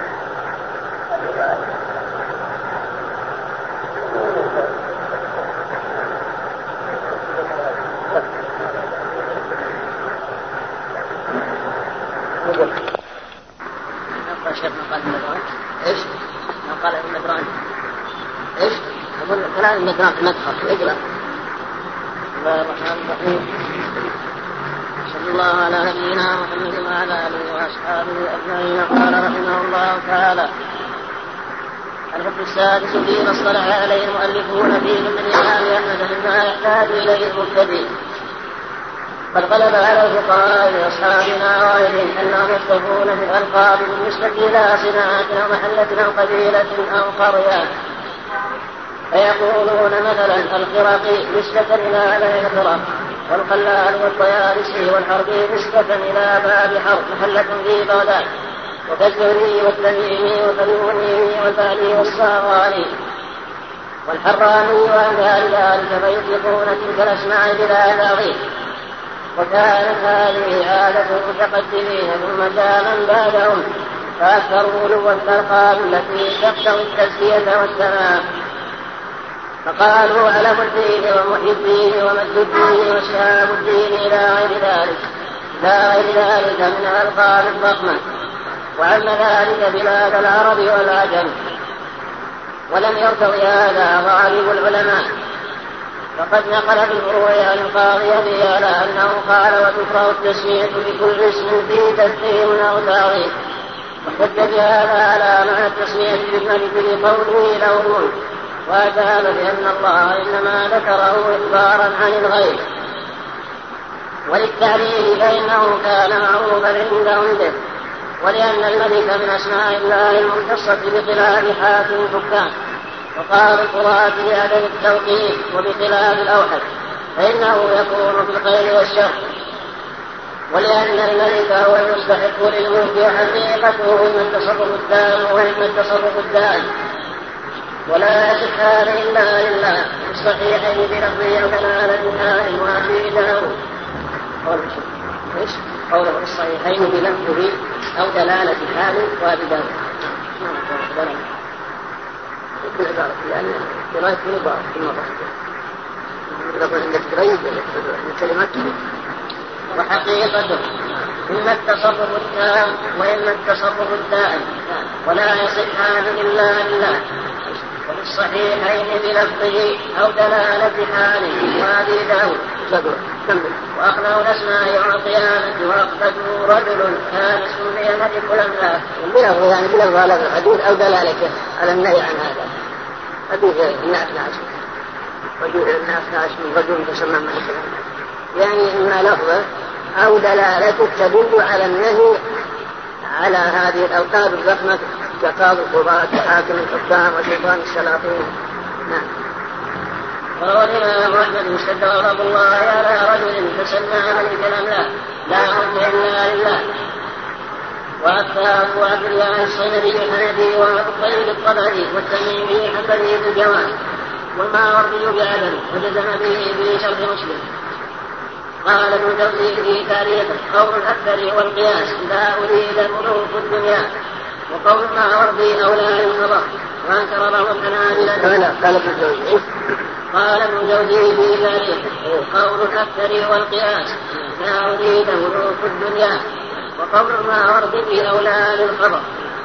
نقل شيخ نقل المدران ايش؟ نقل المدران ايش؟ يقول كلام المدران في المدخل اقرأ الله الرحمن الرحيم صلى الله على نبينا محمد وعلى آله وأصحابه أجمعين. قال رحمه الله تعالى الحكم السادس فيما اصطلح عليه المؤلفون فيه من الإمام أحمد مما يحتاج إليه المبتدئ. قد غلب على الفقهاء أصحابنا وغيرهم أنهم يختلفون في الألقاب بالنسبة إلى صناعة أو محلة أو قبيلة أو قرية، فيقولون مثلا الخرقي نسبة إلى أهل الخرق، والقلال والطيالسي والحربي نسبة إلى باب حرب محلة في بغداد، وكالزهري والتميمي والفيوني والبالي والصاغاني والحراني وأمثال ذلك، فيطلقون تلك الأسماء بلا تعظيم. وكانت هذه عادة المتقدمين ثم جاء من بعدهم فأكثروا غلوا الألقاب التي تقتضي التزكية والثناء، فقالوا علم الدين ومحيي الدين ومد الدين وشهاب الدين إلى غير ذلك لا غير ذلك من الألقاب الضخمة، وعم ذلك بلاد العرب والعجم، ولم يرتضي هذا غالب العلماء، وقد نقل في الفروع عن القاضي أبي على أنه قال وتكره التسمية بكل اسم فيه تفخيم أو تعظيم، واحتج بهذا على معنى التسمية بالملك بقوله له الملك، وأجاب بأن الله إنما ذكره إخبارا عن الغيب، وللتعليل فإنه كان معروفا عندهم به، ولأن الملك من أسماء الله المختصة بخلاف حاكم الحكام، وقال القراءة بعدم التوقيف وبخلاف الأوحد فإنه يكون في الخير والشر، ولأن الملك هو المستحق للملك وحقيقته إما التصرف الدائم وإما التصرف الدائم، ولا يصحان إلا لله الصحيحين بلفظه ودلالة حال وفي داود قوله الصحيحين بلفظه أو دلالة حال وفي داود كل عبارة لأن قراءة كل عبارة في مرة يقول عندك تغيب الكلمات وحقيقته إما التصرف التام وإما التصرف الدائم ولا يصحان إلا لله وبالصحيحين بلفظه أو دلالة حاله وأبي داود وأقنعوا الأسماء يوم القيامة وأقتدوا رجل كان سمي ملك الأملاك بلفظه يعني بلفظ على الحدود أو دلالته على النهي عن هذا حديث الناس ناس رجل الناس ناس من رجل تسمى ملك الأملاك يعني إما لفظه أو دلالته تدل على النهي على هذه الأوقات الضخمة كقاضي القضاة وحاكم الحكام وسلطان السلاطين. نعم. وروى الإمام أحمد اشتد غضب الله على رجل تسمى ملك الأملاك لا ملك إلا لله، وأفتى أبو عبد الله الصينبي الحنفي والطيب الطبري والتميمي الحنبلي بالجواز والماوردي بعدم وجزم به في شرح مسلم. قال ابن جوزي في تاريخه قول الأكثر والقياس إذا أريد ملوك الدنيا، وقول الماوردي أولى للنظر، وأنكر بعض الحنابلة. قال ابن جوزي في تاريخه قول الأكثر والقياس إذا أريد ملوك الدنيا، وقول الماوردي أولى للخبر،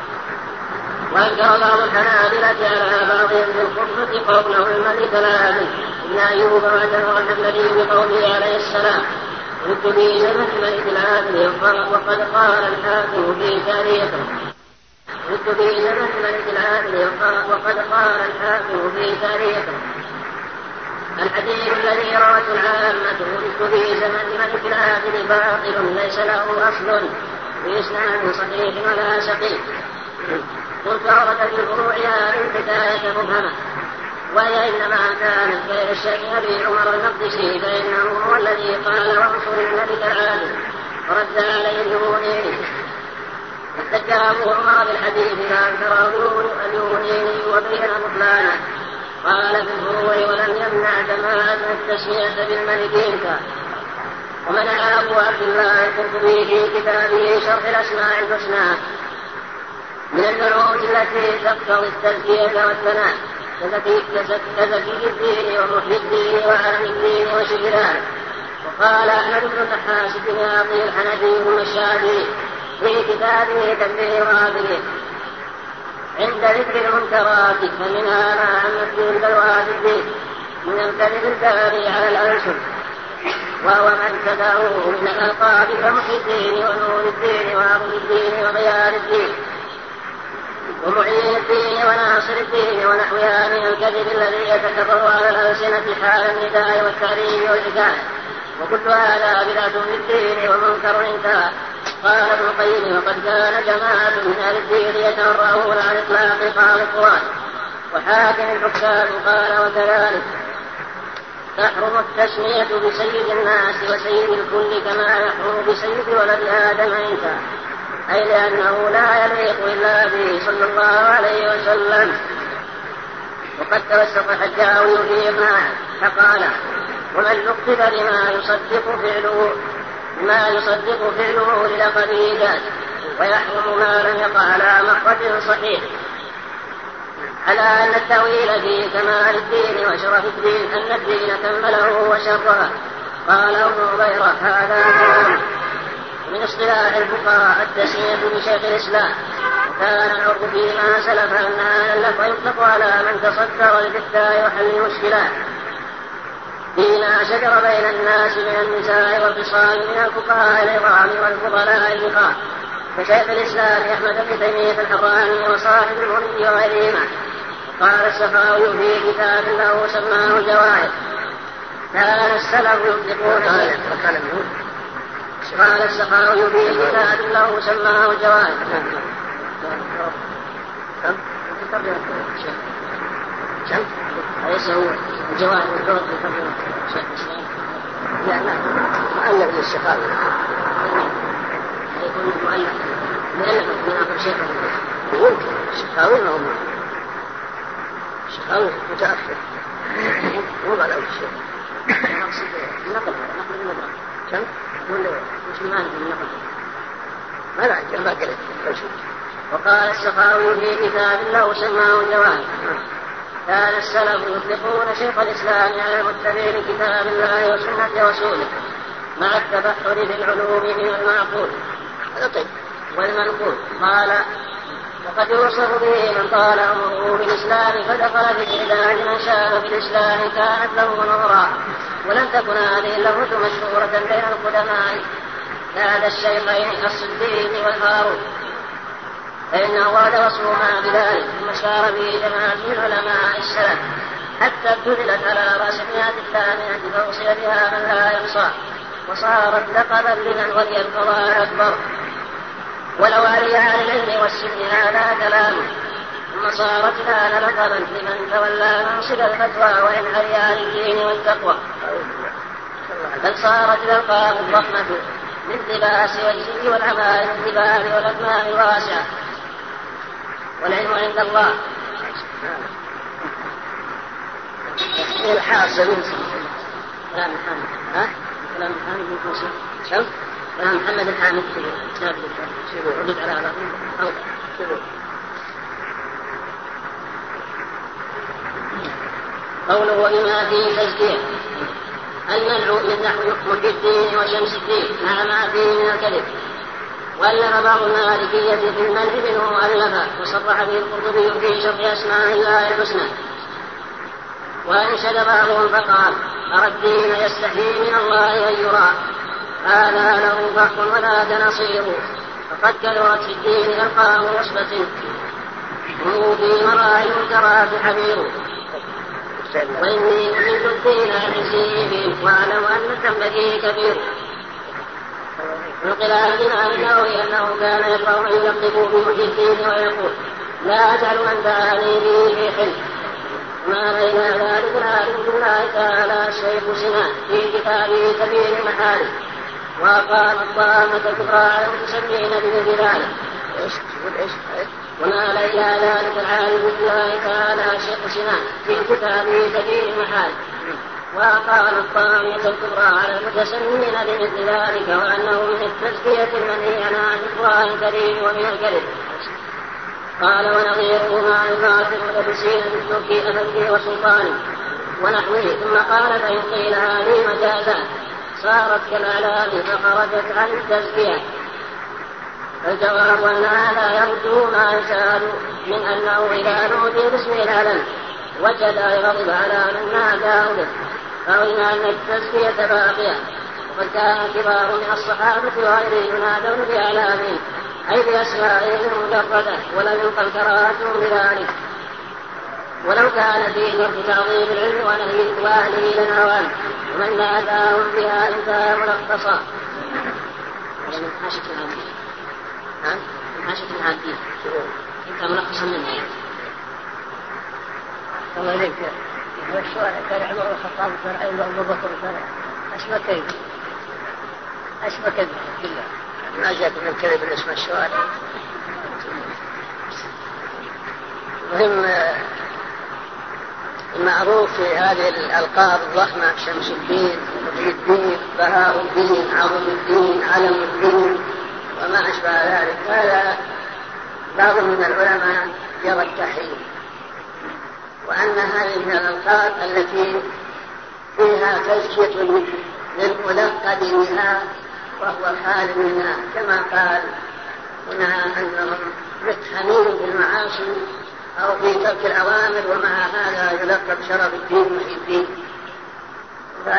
وأنكر بعض الحنابلة على بعضهم بالخطبة قوله الملك العادل ابن أيوب وأنكر الحنبلي بقوله عليه السلام قلت في زمن الملك العادل وقد قال الحاكم في تاريخه قلت في زمن الملك العادل وقد قال الحاكم في تاريخه الحديث الذي روته العامة قلت في زمن الملك العادل باطل ليس له أصل بإسناد صحيح ولا سقيم. قلت ورد في الفروع هذه الحكاية مبهمة، وهي إنما كانت غير الشيخ أبي عمر المقدسي فإنه هو الذي قال وانصر الملك العادل ورد عليه اليونيني. احتج أبو عمر بالحديث فأنكره اليونيني وبين بطلانه. قال في الفروع ولم يمنع جماعة التسمية بالملك إنكار. ومنع أبو عبد الله القرطبي في كتابه شرح الأسماء الحسنى من النعوت التي تقتضي التزكية والثناء كزكي الدين ومحيي الدين وعلم الدين وشجرانه. وقال أحمد بن النحاس بن عاطي الحنفي والشافعي في كتابه تنبيه الغافلين عند ذكر المنكرات فمنها ما عم الدين بالواد الدين من الكذب الباري على الألسن، وهو من ابتدعوه من الألقاب كمحيي الدين ونور الدين وعظم الدين وضياء الدين ومعين الدين وناصر الدين ونحوها من الكذب الذي يتكرر على الألسنة حال النداء والتعريف والحكاية، وكل هذا بدعة في الدين ومنكر انتهى. قال ابن القيم وقد كان جماعة من أهل الدين يتورعون عن إطلاق قال القرآن وحاكم الحكام. قال وكذلك تحرم التسمية بسيد الناس وسيد الكل كما يحرم بسيد ولد آدم انتهى، أي لأنه لا يليق إلا به صلى الله عليه وسلم. وقد توسط حجاوي في إقناعه فقال ومن نقتل لما يصدق فعله ما يصدق فعله للقبه ذات ويحرم ما لم يقع على مخرج صحيح، على أن التأويل في كمال الدين وشرف الدين أن الدين كمله وشرفه. قال ابن هريرة هذا كلام من اصطلاح الفقهاء التسمية بشيخ الإسلام، وكان العرف فيما سلف أن هذا اللفظ يطلق على من تصدر للإفتاء وحل المشكلات، فيما شجر بين الناس من النساء والخصال من الفقهاء العظام والفضلاء الفقهاء كشيخ الإسلام أحمد بن تيمية الحراني وصاحب المني وغيرهما. قال السخاوي في كتاب له سماه الجواهر كان السلف يطلقون قال السخاوي في كتاب له سماه الجواهر ليس هو الجواهر والدور لا لا مؤلف للسخاوي يكون مؤلف مؤلف من آخر شيخ يقول السخاوي ما هو السخاوي متأخر وضع له الشيخ نقصد النقل نقل المدرك كم؟ يقول مسلمان من النقل ما لا عندي ما قلت. وقال السخاوي في كتاب له سماه الجواهر كان السلف يطلقون شيخ الإسلام على المتبع لكتاب الله وسنة رسوله مع التبحر بالعلوم من المعقول والمنقول. قال وقد يوصف به من طال عمره في الإسلام فدخل في الإعداد من شاء في الإسلام كانت له نورا. ولم تكن هذه اللغة مشهورة بين القدماء كهذا الشيخين الصديق والهارون فإنه ورد وصفهما بذلك ثم شار به جماعة من علماء السلف حتى ابتذلت على رأس المئة الثامنة فوصل بها من لا يحصى وصارت لقبا لمن ولي القضاء الأكبر ولو علي على العلم والسن هذا كلامه. ثم صارت لها لقبا لمن تولى منصب الفتوى وإن علي على الدين والتقوى بل صارت الألقاب الضخمة لللباس والجن والعمائم الكبار والأكمام الواسعة والعلم عند الله. الحاصل كلام محمد ها كلام محمد بن موسى شوف كلام محمد الحامد في كتاب ردود على هذا أو قوله وبما فيه تزكية المنع من نحو محي الدين وشمس الدين مع ما فيه من الكذب. وألف بعض المالكية في المنع منه مؤلفا وصرح به القرطبي في شرح أسماء الله الحسنى. وأنشد بعضهم فقال أرى الدين يستحيي من الله أن يرى هذا له فخر ولا نصير فقد كثرت في الدين ألقاب عصبة هم في مراحل الكرات حبير وإني أريد الدين عزيز وأعلم أن الذنب فيه كبير. نقل عن الإمام النووي أنه كان يقرأ أن يلقب بمحي الدين ويقول لا أجعل من دعاني به في حلم. ما بين ذلك العالم بالله تعالى الشيخ سنان في كتابه كبير المحارم وقام الطامة الكبرى على المتسمين بمثل ذلك. وما إلى ذلك العالم بالله تعالى الشيخ سنان في كتابه كبير المحارم وقال الطامة الكبرى على المتسمين بمثل ذلك وأنه من التزكية المنهي عن القرآن الكريم ومن الكذب. قال ونظيره ما يقاتل الملبسين بالتركي أفكي وسلطاني ونحوه. ثم قال فإن قيل هذه مجازات صارت كالأعلام فخرجت عن التزكية. فالجواب أن هذا يرد ما يسأل من أنه إذا نودي باسم العلم وجد يغضب على من ناداه به فقلنا أن التزكية باقية. وقد كان كبار من الصحابة وغيرهم ينادون بأعلامهم أي بأسمائهم المجردة ولم ينقل كراهتهم بذلك ولو كان فيه ترك تعظيم العلم ونهي وأهله لنهوان ومن ناداهم بها انتهى ملخصا. من حاشة العبدين ها من حاشة العبدين انت ملخصا منها يعني. الله إليك هو السؤال كان عمر الخطاب كان أيضا أبو بكر كان أسمى كيف أسمى كيف بالله ما جاءت من الكذب الاسم السؤال. مهم المعروف في هذه الألقاب الضخمة شمس الدين محي الدين بهاء الدين عظم الدين علم الدين وما أشبه ذلك. هذا بعض من العلماء يرى التحريم وأن هذه من الألقاب التي فيها تزكية للملقب بها وهو خال منها كما قال هنا أنهم متهمين بالمعاصي أو في ترك الأوامر ومع هذا يلقب شرف الدين محي الدين.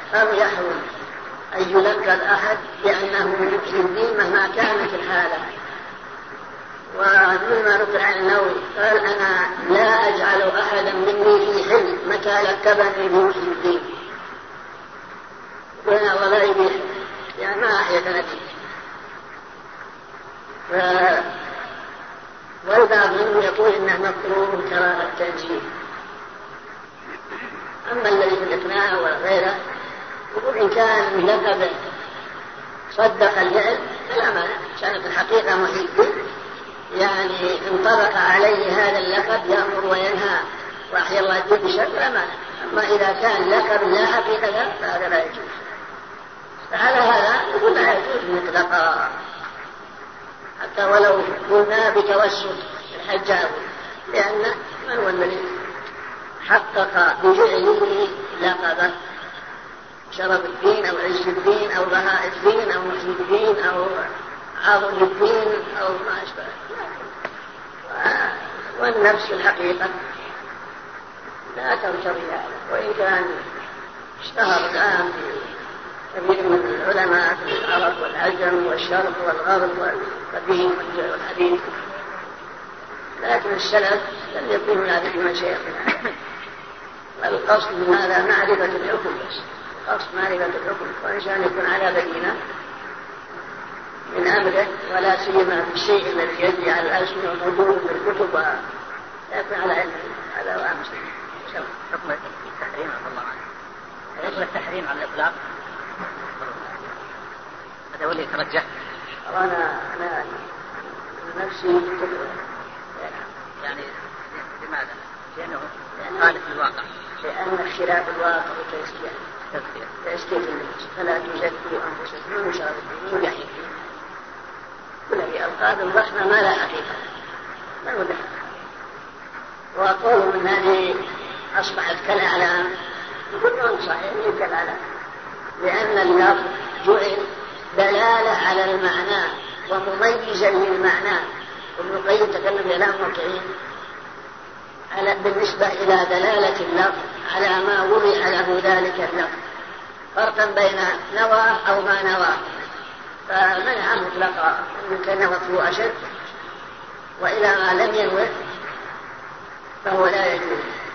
أو يحرم أن يلقى الأحد بأنه محي الدين مهما كانت الحالة. ومما نقل عن النووي قال أنا لا أجعل أحدا مني في حل متى لقبني بمحي الدين، وأنا الله لا يبيح يعني ما أحيا نبي. ف... والبعض منهم يقول إنه مكروه كراهة التنزيه. أما الذي في الإقناع وغيره يقول إن كان لقب صدق الفعل فلا مانع، كانت الحقيقة محي الدين يعني انطبق عليه هذا اللقب يأمر وينهى وأحيا الله الدين بشر فلا مانع. أما إذا كان لقب لا حقيقة له فهذا لا يجوز. فعلى هذا يقول لا يجوز مطلقا، حتى ولو قلنا بتوسط الحجاوي، لأن من هو الذي حقق بجعله لقبه شرف الدين أو عز الدين أو بهاء الدين أو محي الدين أو عظم الدين أو ما أشبه. والنفس الحقيقة لا ترتضي هذا، وإن كان اشتهر الآن في كثير من العلماء في العرب والعجم والشرق والغرب والقديم والحديث، لكن السلف لم يكونوا يعرفون شيئا من هذا. القصد من هذا معرفة الحكم بس، القصد معرفة الحكم، والإنسان يكون على بينة من أمره، ولا سيما في الشيء الذي يجري على الألسنة والنظور في الكتب ويكون على علم. هذا هو أمس حكم التحريم الله عنه، حكم التحريم على الإطلاق هذا هو اللي يترجح. أنا أنا نفسي يعني لماذا؟ لأنه خالف الواقع، لأن خلاف الواقع وتزكية تزكية النفس، فلا تزكوا أنفسكم من شركم من جحيم. كل هذه ألقاب ضخمة ما لا حقيقة، ما هو دخل. وأقول من هذه أصبحت كالأعلام، يقولون صحيح هي كالأعلام، لأن اللفظ جعل دلالة على المعنى ومميزا للمعنى. ابن القيم تكلم في إعلام الموقعين على بالنسبة إلى دلالة اللفظ على ما وضع له ذلك اللفظ، فرقا بين نوى أو ما نوى، فمنع مطلقا إن كان نوى أشد، وإلى ما لم ينوي فهو لا يجوز.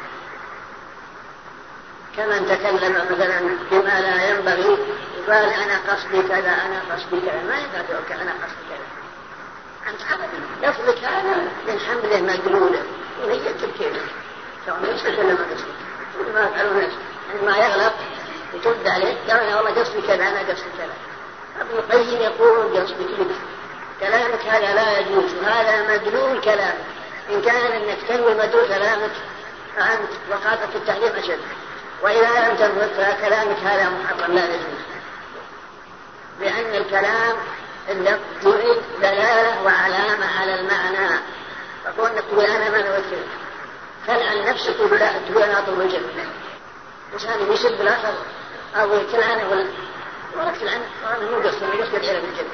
كمن تكلم مثلا بما لا ينبغي قال أنا قصدي كذا أنا قصدي كذا، ما يقدر أنا قصدي كذا، أنت أبدا لفظك هذا من حمله مجلوله وهي التركيبة سواء يصلك ولا ما يصلك. كل ما يفعلون نفسه عندما يغلط يترد عليه قال أنا والله قصدي كذا أنا قصدي كذا. ابن القيم يقول قصدي كذا، كلامك هذا لا يجوز، هذا مدلول كلامك. إن كان أنك تنوي مدلول كلامك فأنت وقعت في التحريم أشد، وإذا لم تنوي فكلامك هذا محرم لا يجوز، لأن الكلام اللفظ جعل دلالة وعلامة على المعنى. فقول أنك تقول أنا ما نوكل فلعن نفسك تقول لا تقول أنا أطلب الجنة، إنسان يسب الآخر أو يتلعنه ولا ولا تلعنه وأنا مو قصد من قصد العلم الجنة.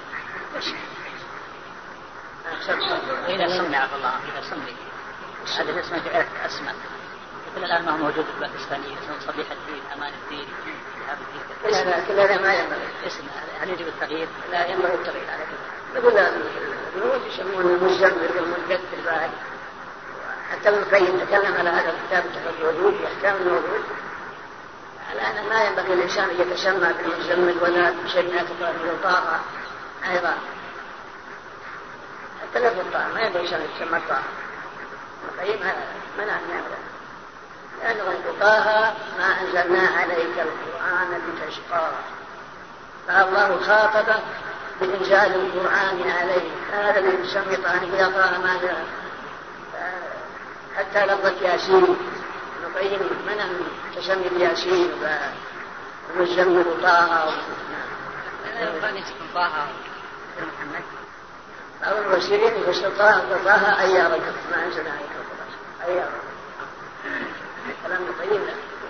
إذا سمع عبد الله إذا سمع هذا الاسم جعلت أسماء كل الآن ما هو موجود في الباكستانية اسم صبيح الدين أمان الدين كل هذا كل هذا ما ينبغي اسم. هل يجب التغيير؟ لا ينبغي التغيير على كذا. نقول الجنود يسمونه المزمر والمدثر بعد. حتى ابن القيم تكلم على هذا الكتاب تحرير الوجود وأحكام الوجود. الآن ما ينبغي الإنسان يتسمى بالمزمر ولا بشيء أكبر من الطاقة أيضا. حتى لفظ الطاقة ما ينبغي الإنسان يتسمى الطاقة. ابن القيم منع من هذا، لأنه طه ما أنزلنا عليك القرآن لتشقى، فالله خاطب بإنزال القرآن عليه. هذا اللي يسمي طه إذا طه ماذا حتى لفظة ياسين. ابن القيم منع تسمي بياسين ومزمل طه طه محمد أو المسيرين يفسر طه طه أي رجل ما أنزلنا عليك القرآن أي رجل. كلام طيب.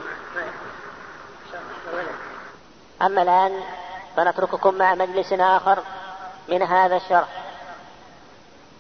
أما الآن فنترككم مع مجلس آخر من هذا الشرح.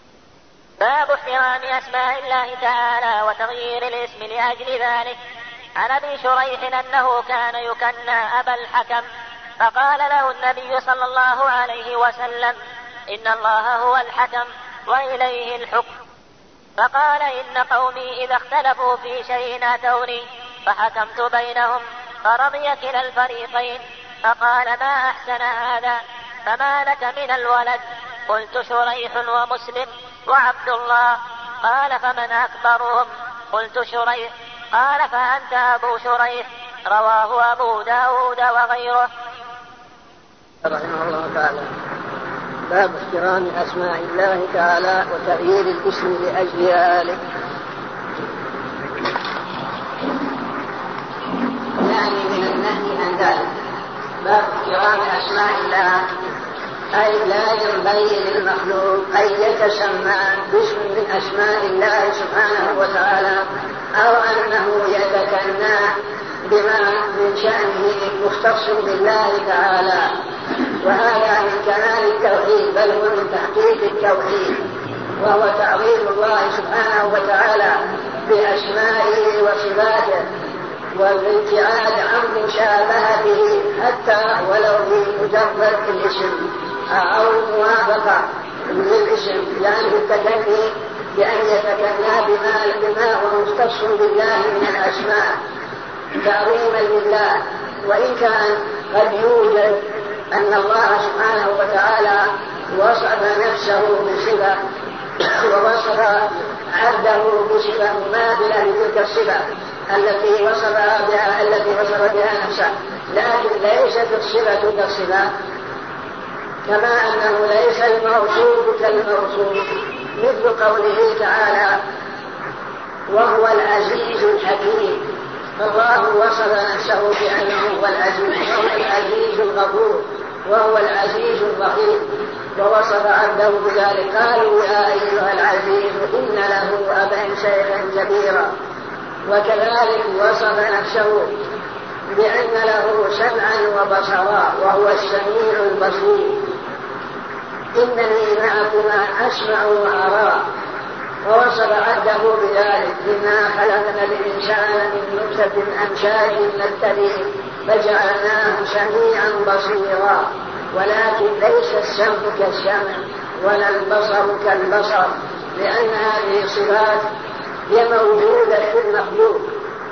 باب احترام أسماء الله تعالى وتغيير الاسم لأجل ذلك. عن أبي شريح أنه كان يكنى أبا الحكم، فقال له النبي صلى الله عليه وسلم: إن الله هو الحكم وإليه الحكم. فقال: إن قومي إذا اختلفوا في شيء أتوني فحكمت بينهم فرضي كلا الفريقين. فقال: ما أحسن هذا، فما لك من الولد؟ قلت: شريح ومسلم وعبد الله. قال: فمن أكبرهم؟ قلت: شريح. قال: فأنت أبو شريح. رواه أبو داود وغيره. رحمه الله تعالى. باب احترام أسماء الله تعالى وتغيير الاسم لأجل ذلك. يعني من النهي عن ذلك. باب احترام أسماء الله، أي لا ينبغي للمخلوق أن يتسمى باسم من أسماء الله سبحانه وتعالى أو أنه يتكنى بما من شأنه مختص بالله تعالى، وهذا من كمال التوحيد بل هو من تحقيق التوحيد، وهو تعظيم الله سبحانه وتعالى بأسمائه وصفاته والابتعاد عن مشابهته حتى ولو بمجرد الاسم أو موافقة للاسم، يعني التكني بأن يتكنى بما, بما هو مختص بالله من الأسماء تعظيما لله. وإن كان قد يوجد أن الله سبحانه وتعالى وصف نفسه بصفة ووصف عبده بصفة مماثلة لتلك الصفة التي وصف بها التي وصف بها نفسه، لكن ليست الصفة كالصفة، كما أنه ليس الموصوف كالموصوف، مثل قوله تعالى: وهو العزيز الحكيم. فالله وصف نفسه بأنه هو العزيز، وهو العزيز الغفور، وهو العزيز الرحيم، ووصف عبده بذلك. قالوا: يا أيها العزيز إن له أبا شيخا كبيرا. وكذلك وصف نفسه بأن له سمعا وبصرا وهو السميع البصير. إنني معكما أسمع وأرى. ووصف عبده بذلك: إنا خلقنا الإنسان من نطفة أمشاج نبتليه فجعلناه سميعا بصيرا. ولكن ليس السمع كالسمع ولا البصر كالبصر، لأن هذه الصفات هي موجودة في المخلوق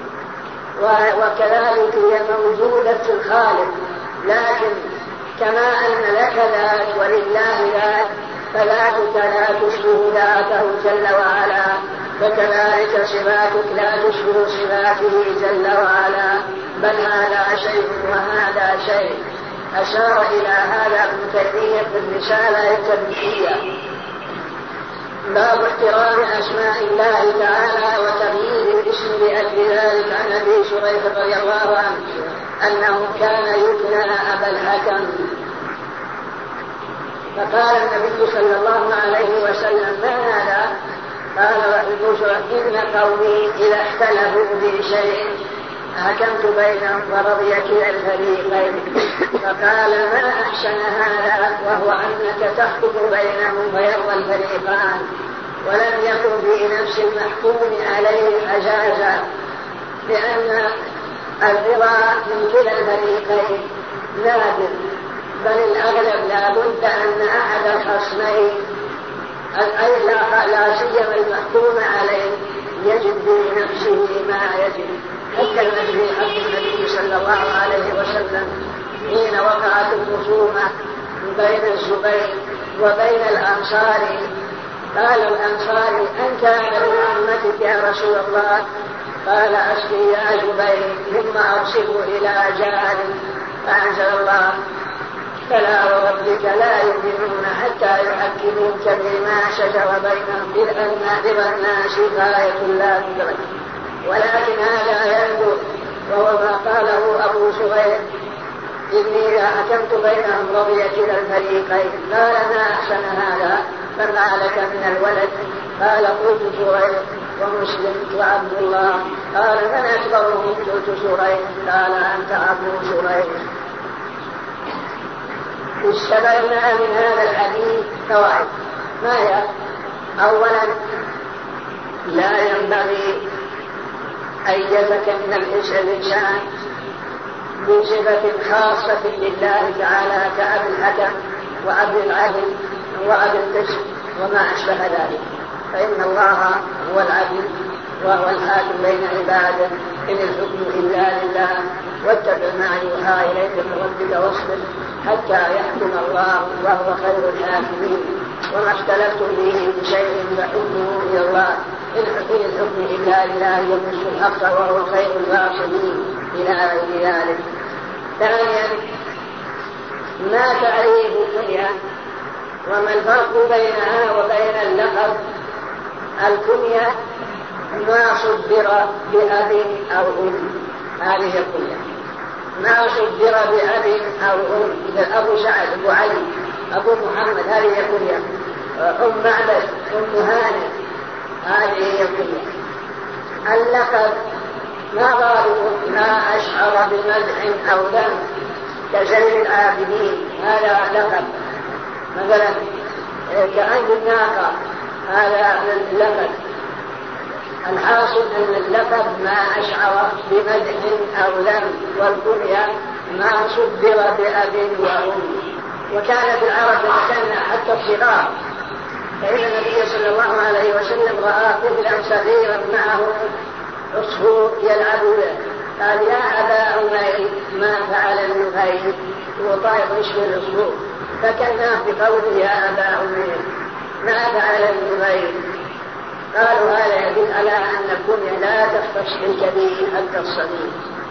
وكذلك هي موجودة في الخالق، لكن كما أن لك ذات ولله ذات فذاتك لا تشبه ذاته جل وعلا، فكذلك صفاتك لا تشبه صفاته جل وعلا، بل هذا شيء وهذا شيء. أشار إلى هذا ابن تيمية في الرسالة التنبيهية. باب احترام أسماء الله تعالى وتغيير الاسم لأجل ذلك. عن أبي شريح رضي الله عنه أنه كان يكنى أبا الحكم، فقال النبي صلى الله عليه وسلم: ما هذا؟ قال أبو شريح: إن قومي إذا اختلفوا في شيء حكمت بينهم فرضي كلا الفريقين. فقال: ما أحسن هذا، وهو أنك تحكم بينهم فيرضى الفريقان، ولم يكن في نفس المحكوم عليه حجازا، لأن الرضا من كلا الفريقين نادر، بل الأغلب لا بد أن أحد الخصمين أي لا سيما المحكوم عليه يجد في نفسه ما يجد. حتى في حق النبي صلى الله عليه وسلم حين وقعت الخصومة بين الزبير وبين الأنصار، قال الأنصاري: أنت من أمتك يا رسول الله؟ قال: أسقي يا زبير ثم أرسله إلى جار. فأنزل الله: فلا وربك لا يؤمنون حتى يحكموك بما شجر بينهم إذ الناس غاية لا تدرك. ولكن هذا يندر، وهو ما قاله أبو شريح: إني إذا حكمت بينهم رضي كلا الفريقين. قال: ما أحسن هذا، فما لك من الولد؟ قال: قلت شريح ومسلم وعبد الله. قال: من أكبرهم؟ قلت شريح. قال: أنت أبو شريح. استفدنا من هذا الحديث فوائد. ما هي؟ أولا، لا ينبغي أيزك من الإنسان بصفة خاصة لله تعالى كأبي الحكم وأبي العدل وأبي القسط وما أشبه ذلك، فإن الله هو العدل وهو الحاكم بين عباده، إن الحكم إلا لله، واتبع ما يوحى إليك من ربك واصبر حتى يحكم الله وهو خير الحاكمين، وما اختلفتم به من شيء فحكمه إلى الله، إن الحكم إلا لله يمس الحق وهو خير الواصلين إلى غير ذلك. ثانيا، ما تعريف الكنية وما الفرق بينها وبين اللقب؟ الكنية ما صدر بأب أو أم، هذه الكنية ما صدر بأب أو أم، إذا أبو سعد أبو علي أبو محمد هذه الكنية، أم معبد أم هانئ هذه الكنية. اللقب ما ضابط؟ ما أشعر بمدح أو ذم كزين العابدين هذا لقب، مثلا كأن الناقة هذا اللقب. الحاصل أن اللقب ما أشعر بمدح أو ذم، والكنية ما صدر بأب وأم. وكانت العرب تتكنى حتى الصغار، فإن النبي صلى الله عليه وسلم رأى طفلا صغيرا معه عصفور يلعب به، قال يا أبا أمير ما فعل النغير، وطائر يشبه العصفور، فكنا بقوله يا أبا أمير ما فعل النغير. قالوا هذا يدل على أن الكنية لا تختص بالكبير حتى الصغير.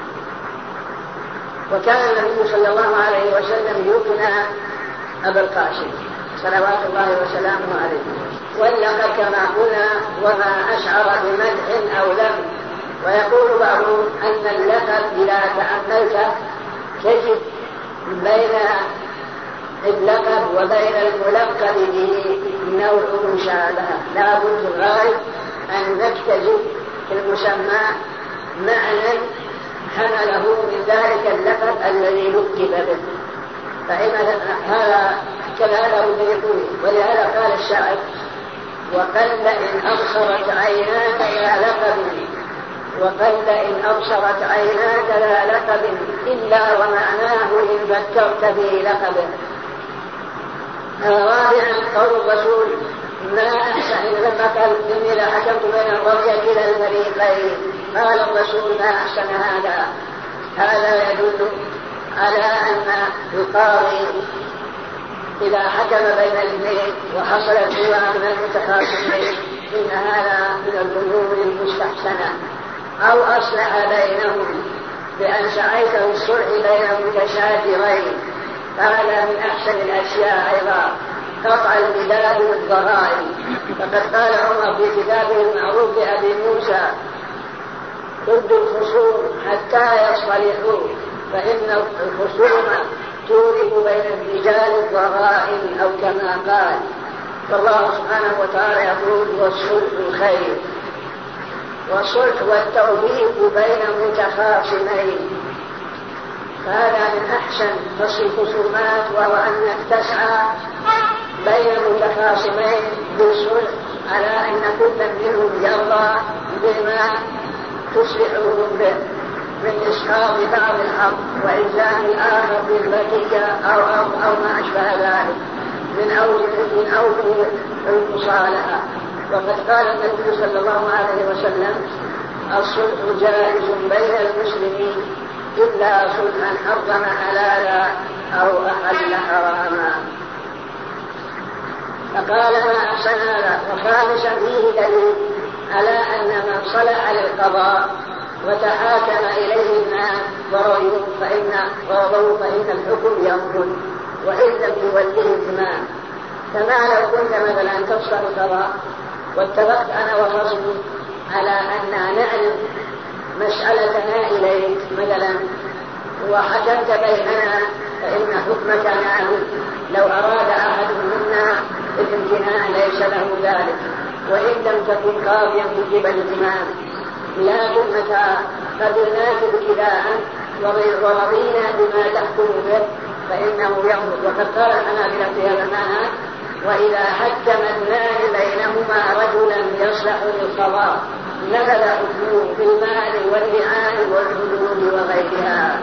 وكان النبي صلى الله عليه وسلم يكنى أبا القاسم صلوات الله وسلامه عليه، واللقب كما قلنا وما أشعر بمدح أو ذم. ويقول بعضهم أن اللقب إذا تأملت تجد بين اللقب وبين الملقب به نوع مشابهة، لا بد الغالب أن نكتشف في المسمى معنى حمله من ذلك اللقب الذي لقب به، فإن هذا كذا بد يكون. ولهذا قال الشاعر وقل إن أبصرت عيناك لا لقب، وقل إن أبصرت عيناك لا لقب إلا ومعناه إن ذكرت به لقبه. رابعا قول الرسول ما أحسن لما قال إني لحكمت بين القضية كلا الفريقين، قال الرسول ما أحسن هذا. هذا يدل على أن القاضي إذا حكم بين الاثنين وحصل سوى من المتخاصمين إن هذا من الأمور المستحسنة، أو أصلح بينهم بأن سعيت الصلح بين المتشاجرين، فهذا من أحسن الأشياء أيضا قطع البلاد والضرائب. فقد قال عمر في كتابه المعروف لأبي موسى ردوا الخصوم حتى يصطلحوا، فإن الخصوم تورث بين الرجال الضرائب أو كما قال. فالله سبحانه وتعالى يقول والصلح خير، والصلح والتوفيق بين متخاصمين، فهذا من أحسن فصل الخصومات، وهو أنك تسعى بين متخاصمين بالصلح على أن كل منهم يرضى بما تصلحهم به من إسقاط بعض الحق وإلزام الآخر بالبقية أو, أو, أو ما أشبه ذلك من أوجه من أوجه المصالحة. وقد قال النبي صلى الله عليه وسلم الصلح جائز بين المسلمين إلا صلحا حرم حلالا أو أحل حراما. فقال ما أحسن هذا. وخامسا فيه دليل على أن من صلح للقضاء وتحاكم إليه الناس ورضوا فإن, فإن الحكم ينفذ وإن لم يوليه الإمام. كما لو كنت مثلا تفصل القضاء واتفقت أنا وخصمي على أن نعلم مسألتنا إليك مثلا وحكمت بيننا، فإن حكمك نعلم. لو أراد أحد منا الامتناع ليس له ذلك، وإن لم تكن قاضيا كتب الإمام، لكن متى قبلناك ابتداء ورضينا بما تحكم به فإنه ينفذ. وقد قال الحنابلة في هذا المعنى وإذا حكم اثنان بينهما رجلا يصلح للقضاء نزل حكمه في المال والرعاء والحدود وغيرها.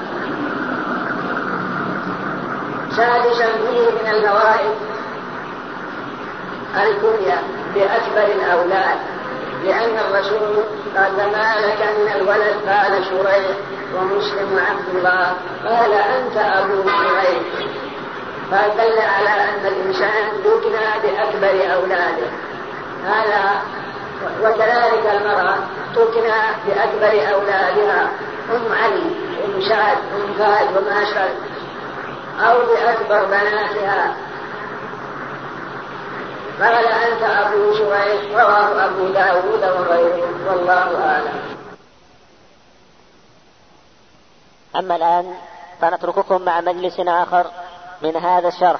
سادسا فيه من الفوائد الكنية بأكبر الأولاد، لأن الرسول قال ما لك من الولد؟ قال شريح ومسلم وعبد الله، قال أنت أبو شريح، فدل على أن الإنسان يكنى بأكبر أولاده. هذا وكذلك المرأة تكنى بأكبر أولادها، أم علي، أم سعد، أم فهد وما أشبه، أو بأكبر بناتها. قال أنت أبو شريح، رواه أبو داود وغيره، والله أعلم. أما الآن فنترككم مع مجلس آخر من هذا الشرح.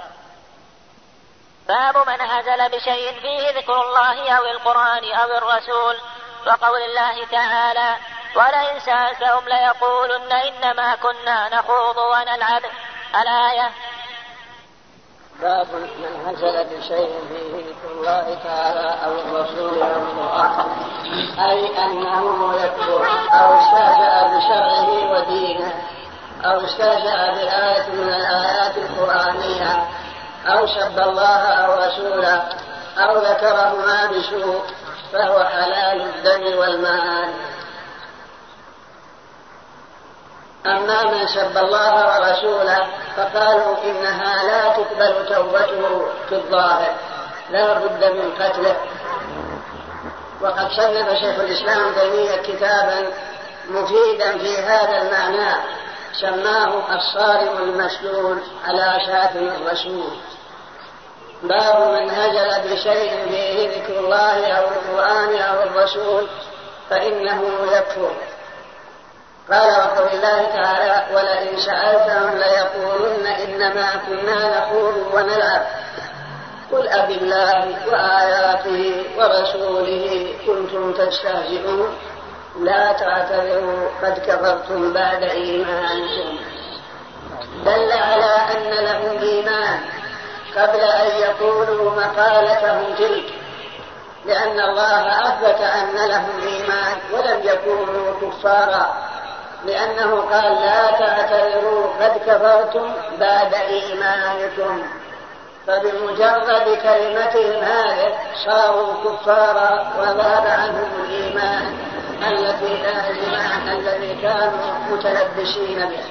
باب من هزل بشيء فيه ذكر الله أو القرآن أو الرسول، وقول الله تعالى ولئن سألتهم ليقولن إنما كنا نخوض ونلعب، الآية. باب من هزل بشيء فيه ذكر الله تعالى أو الرسول أو القرآن، أي أنه يكفر أو استهزأ بشرعه ودينه، أو استهزأ بآية من الآيات القرآنية، أو سب الله أو رسوله، أو ذكرهما بسوء، فهو حلال الدم والمال. أما من سب الله ورسوله فقالوا إنها لا تقبل توبته في الظاهر، لا بد من قتله. وقد صنف شيخ الإسلام تيمية كتابا مفيدا في هذا المعنى، سماه الصارم المسلول على شاتم الرسول. باب من هزل بشيء فيه ذكر الله أو القرآن أو الرسول فإنه يكفر. قال وقول الله تعالى ولئن سألتهم ليقولن إنما كنا نخوض ونلعب، قل أبالله وآياته ورسوله كنتم تستهزئون لا تعتذروا قد كفرتم بعد إيمانكم. دل على أن لهم إيمان قبل أن يقولوا مقالتهم تلك، لأن الله أثبت أن لهم إيمان ولم يكونوا كفارا، لأنه قال لا تعتذروا قد كفرتم بعد إيمانكم. فبمجرد كلمتهم هذه صاروا كفارا وذهب عنهم الإيمان الذي لا الإيمان الذي كانوا متلبسين به.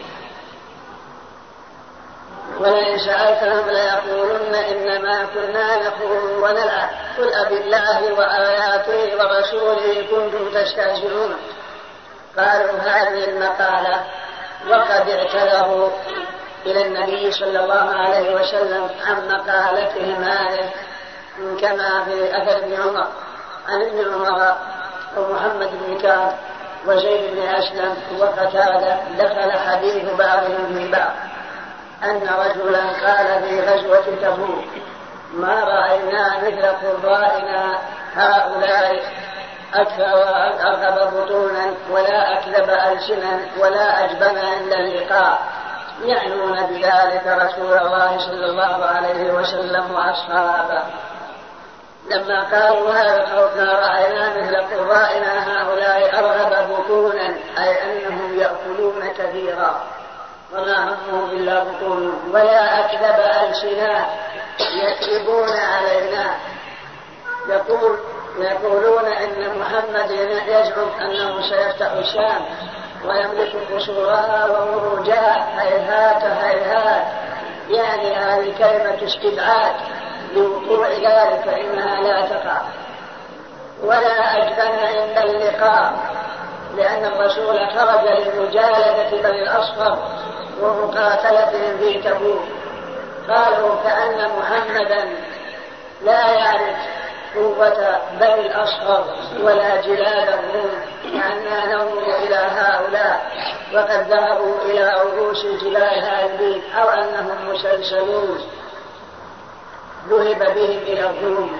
ولئن سألتهم ليقولن إنما كنا نخوض ونلعب، قل أبالله وآياته ورسوله كنتم تستهزئون. قالوا هذه المقالة وقد اعتذروا إلى النبي صلى الله عليه وسلم عن مقالتهم هذه، كما في أثر ابن عمر عن ابن عمر ومحمد بن كعب وزيد بن أسلم وقتادة دخل حديث بعضهم في بعض أن رجلا قال في غزوة تبوك ما رأينا مثل قرائنا هؤلاء أكثر وأرغب بطونا ولا أكذب ألسنا ولا أجبن عند اللقاء، يعنون بذلك رسول الله صلى الله عليه وسلم وأصحابه. لما قالوا هذا القول ما رأينا مثل قرائنا هؤلاء أرغب بطونا، أي أنهم يأكلون كثيرا وما همهم إلا بطونهم، ولا أكذب ألسنا يكذبون علينا. يقول يقولون إن محمد يزعم أنه سيفتح الشام ويملك قصورها ومروجها، هيهات هيهات، يعني هذه كلمة استبعاد لوقوع ذلك فإنها لا تقع. ولا أجبن عند اللقاء، لأن الرسول خرج لمجالدة بني الأصفر ومقاتلتهم في تبوك. قالوا كأن محمدا لا يعرف قوة بني الأصفر ولا جلاد الروم، لأننا ننظر إلى هؤلاء وقد ذهبوا إلى عروش الجبال هاربين، أو أنهم مسلسلون ذهب بهم إلى الروم.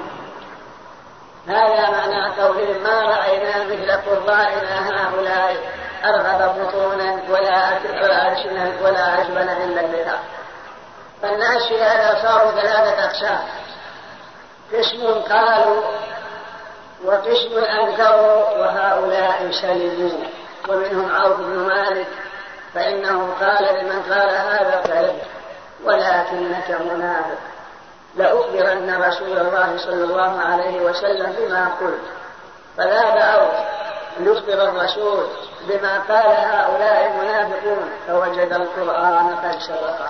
هذا معنى قولهم ما رأينا مثل قرائنا هؤلاء أرغب بطونا ولا أكل ألسنا ولا أجبن عند اللقاء. فالناس في هذا صاروا ثلاثة أقسام. قسم قالوا وقسم أنكروا وهؤلاء سلموا، ومنهم عوف بن مالك فإنه قال لمن قال هذا كذب ولكنك منافق، لأخبرن رسول الله صلى الله عليه وسلم بما قلت. فذهب عوف ليخبر الرسول بما قال هؤلاء المنافقون فوجد القرآن قد سبقه.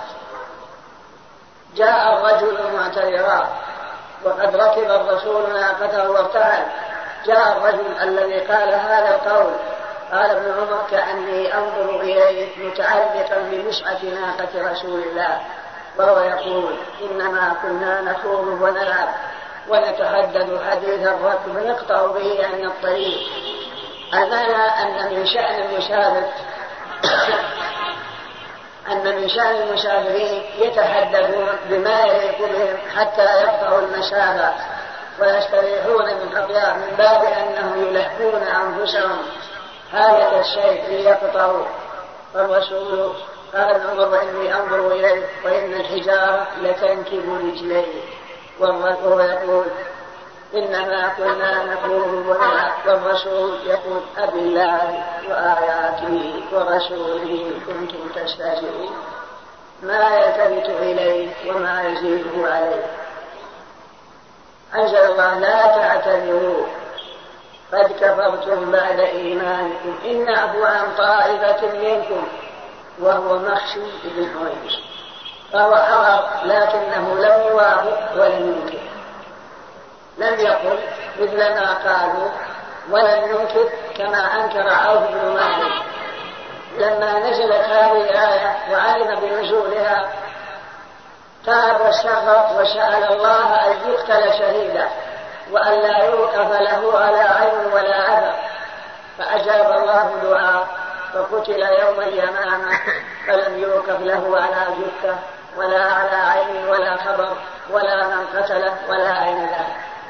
جاء الرجل معتذرا وقد ركب الرسول ناقته وارتحل. جاء الرجل الذي قال هذا القول، قال ابن عمر كأني أنظر إليه متعلقا بمسعة ناقة رسول الله وهو يقول إنما كنا نخوض ونلعب ونتحدث حديث الركب نقطع به عن الطريق. المعنى أن من شأن المسافر أن من شأن المسافرين يتحدثون بما يليق بهم حتى يقطعوا المسافة ويستريحون من خطيئة، من باب أنهم يلهون أنفسهم هذا الشيء ليقطعوا. فالرسول قال ابن عمر وإني أنظر إليه وإن الحجارة لتنكب رجليه، وهو يقول إنما كنا نخوض ونلعب، والرسول يقول أبي الله وآياته ورسوله كنتم تستهزئون، ما يلتفت إليه وما يزيده عليه. أنزل الله لا تعتذروا قد كفرتم بعد إيمانكم إن نعفو عن طائفة منكم، وهو مخشي بن حويش، فهو حضر لكنه لم يوافق ولم ينكر، لم يقل مثل ما قالوا ولم ينكر كما أنكر عوف بن مالك. لما نزلت هذه الآية وعلم بنزولها تاب واستغفر وسأل الله أن يقتل شهيدا وأن لا يوقف له على عين ولا عذر، فأجاب الله دعاء فقتل يوم اليمامة فلم يوقف له على جثة ولا على عين ولا خبر ولا من قتله ولا عين له.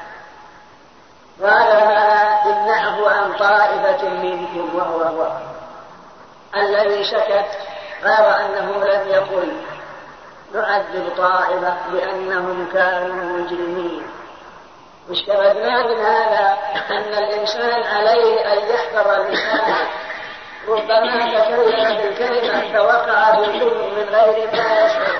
وعلى هذا إن نعفو عن طائفة منكم وهو هو الذي سكت غير أنه لم يقل نعذب طائفة بأنهم كانوا مجرمين. واستفدنا من هذا أن الإنسان عليه أن يحفظ لسانه، ربما تكلم بالكلمة فوقع بالكلمة من غير ما يشعر،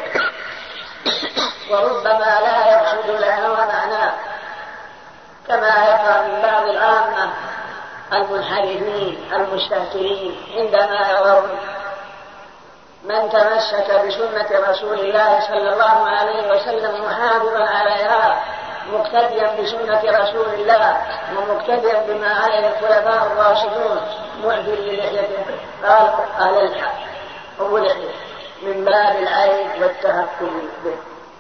وربما لا يقصد لها ومعناه، كما يقع من بعض العامة المنحرفين المستهترين عندما يرون من تمسك بسنة رسول الله صلى الله عليه وسلم محافظا عليها مقتديا بسنة رسول الله ومقتديا بما عليه الخلفاء الراشدون معدل للحيته قال أهل الحق هو لحيته من باب العيب والتهكم به،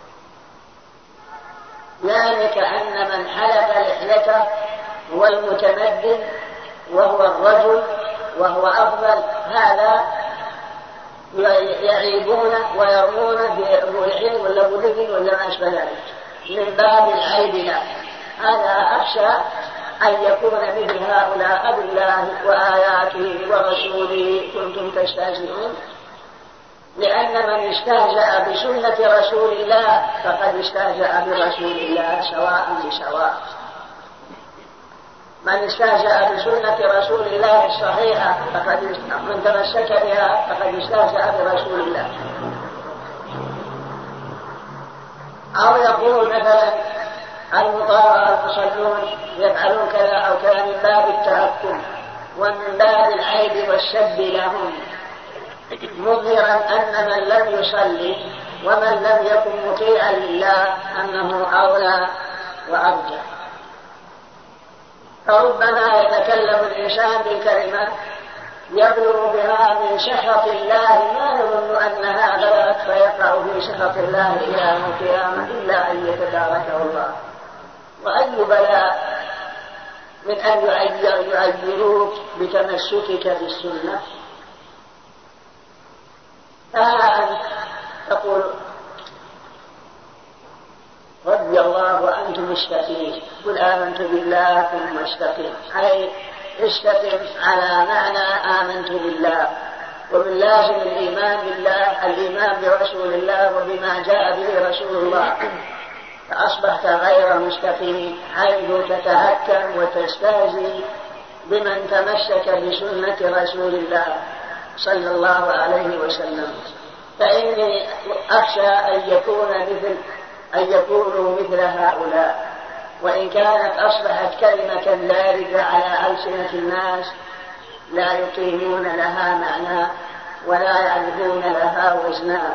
يعني كأن من حلق لحيته هو المتمدن وهو الرجل وهو أفضل، هذا يعيبون ويرمون بلحيه ولا بلغ ولا ما أشبه ذلك من باب العيب له. هذا أخشى أن يكون مثل هؤلاء بالله وآياته ورسوله كنتم تستهزئون، لأن من استهزأ بسنة رسول الله فقد استهزأ برسول الله سواء بسواء. من استهزأ بسنة رسول الله الصحيحة فقد من تمسك بها فقد استهزأ برسول الله. أو يقول مثلا المطاوعة المصلون يفعلون كذا أو كذا من باب التهكم ومن باب العيب والسب لهم، مظهرا أن من لم يصلي ومن لم يكن مطيعا لله أنه أولى وأرجح. فربما يتكلم الإنسان بالكلمة يبلغ بها من سخط الله ما يظن أنها بلغت فيقع في سخط الله إلى يوم القيامة إلا أن يتداركه الله. وأي بلاء من أن يعيروك بتمسكك بالسنة، فأنت تقول رضي الله وأنتم استقيم، قل آمنت بالله ثم استقيم، أي استقم على معنى آمنت بالله، وباللازم الإيمان بالله الإيمان برسول الله وبما جاء به رسول الله. فأصبحت غير مستقيم، حيث تتهكم وتستهزئ بمن تمسك بسنة رسول الله صلى الله عليه وسلم. فإني أخشى أن يكون مثل أن يكونوا مثل هؤلاء، وإن كانت أصبحت كلمة لاردة على ألسنة الناس لا يقيمون لها معنى ولا يعرفون لها وزنا،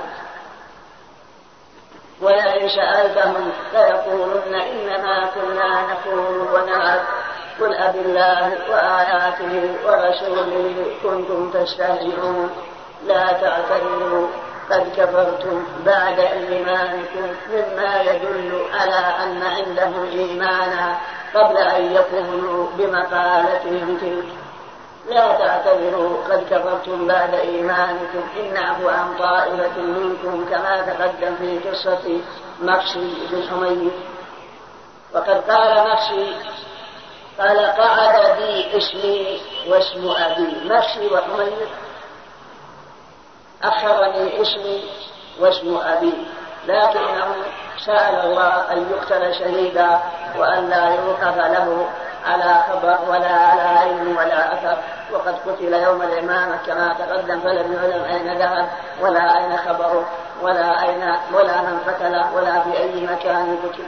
ولئن سألتهم فيقولون إنما كنا نخوض ونلعب قل أبالله وآياته ورسوله كنتم تستهزئون لا تعتذروا قد كفرتم بعد إيمانكم، مما يدل على أن عندهم إيمانا قبل أن يكونوا بمقالتهم تلك. لا تعتذروا قد كفرتم بعد إيمانكم إن نعفو عن طائفة منكم كما تقدم في قصة مخشي بن حميد. وقد قال مخشي قال قعد بي اسمي واسم أبي. مخشي وحميد أخرني اسمي واسم أبي، لكنه سأل الله أن يقتل شهيدا وأن لا يوقف له على خبر ولا على علم ولا أثر، وقد قتل يوم الإمامة كما تقدم، فلم يعلم أين ذهب ولا أين خبره ولا أين ولا من قتله ولا في أي مكان قتل.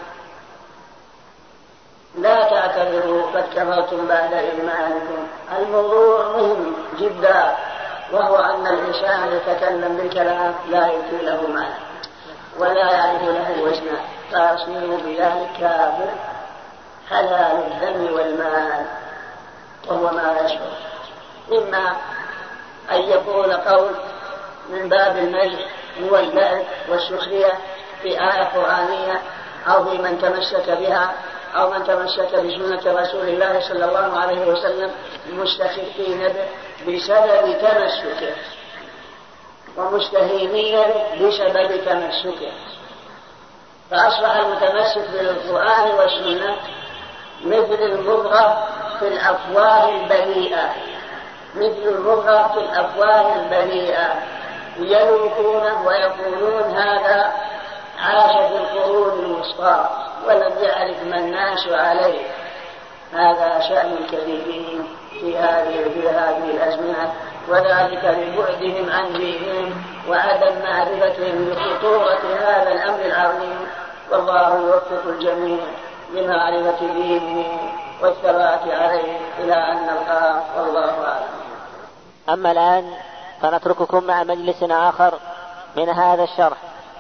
لا تعتذروا قد كفرتم بعد إيمانكم. الموضوع مهم جدا، وهو أن الإنسان يتكلم بالكلام لا يلقي له معنى ولا يعرف له وزنا، فيصير بذلك كافر حلال الدم والمال، وهو ما يشعر، إما أن يقول قول من باب المجد واللعب والسخرية في آية قرآنية أو في من تمسك بها أو من تمسك بسنة رسول الله صلى الله عليه وسلم مستخفين به بسبب تمسكه ومستهينين بسبب تمسكه. فأصبح المتمسك بالقرآن والسنة مثل المضغة في الأفواه البريئة، مثل المضغة في الأفواه البريئة، يلوكونه ويقولون هذا عاش في القرون الوسطى ولم يعرف ما الناس عليه. هذا شأن الكذبين في هذه في هذه الأزمنة، وذلك لبعدهم عن دينهم وعدم معرفتهم بخطورة هذا الأمر العظيم. والله يوفق الجميع لمعرفة دينه والثبات عليه إلى أن نلقاه، والله أعلم. أما الآن فنترككم مع مجلس آخر من هذا الشرح.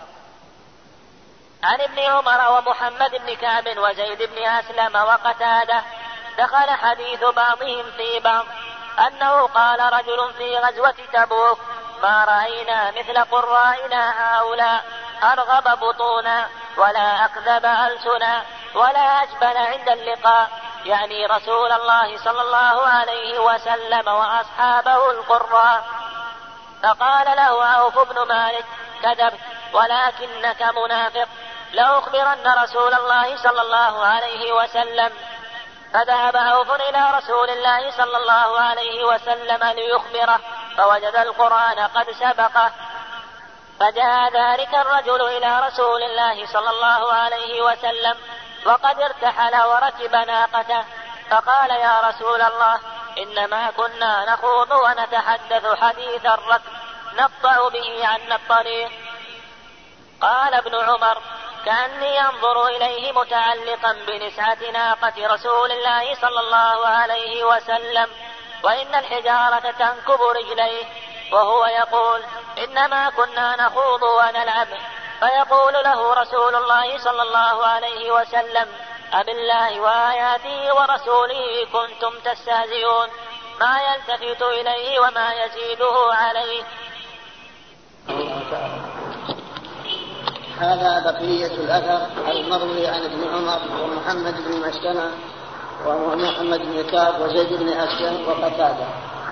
عن ابن عمر ومحمد بن كعب وزيد بن أسلم وقتادة دخل حديث بعضهم في بعض أنه قال رجل في غزوة تبوك: ما رأينا مثل قرائنا هؤلاء أرغب بطونا ولا أكذب ألسنا ولا أجبن عند اللقاء، يعني رسول الله صلى الله عليه وسلم وأصحابه القراء. فقال له عوف بن مالك: كذبت ولكنك منافق، لأخبرن رسول الله صلى الله عليه وسلم. فذهب عوف إلى رسول الله صلى الله عليه وسلم ليخبره، فوجد القرآن قد سبقه. فجاء ذلك الرجل إلى رسول الله صلى الله عليه وسلم وقد ارتحل وركب ناقته، فقال: يا رسول الله، إنما كنا نخوض ونتحدث حديث الركب نقطع به عنا الطريق. قال ابن عمر: كأني أنظر إليه متعلقا بنسعة ناقة رسول الله صلى الله عليه وسلم، وإن الحجارة تنكب رجليه، وهو يقول: إنما كنا نخوض ونلعب. فيقول له رسول الله صلى الله عليه وسلم: أبالله وآياته ورسوله كنتم تستهزئون، ما يلتفت إليه وما يزيده عليه. هذا بقية الأثر المروي عن ابن عمر ومحمد بن مسلمة ومحمد بن كعب وزيد بن أسلم وقتادة.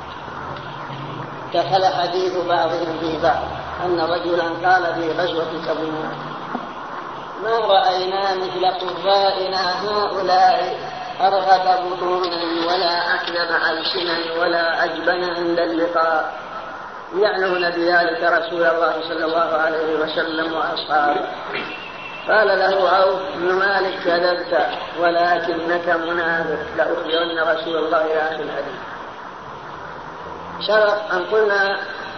دخل حديث بعضهم في بعض أن رجلا قال في غزوة تبوك: ما رأينا مثل قرائنا هؤلاء أرغب بطونا ولا أكذب ألسنا ولا أجبن عند اللقاء، يعنون بذلك رسول الله صلى الله عليه وسلم وأصحابه. قال له عوف بن مالك كذبت ولكنك منافق لأخبرن رسول الله إلى آخر الحديث. شرط أن قلنا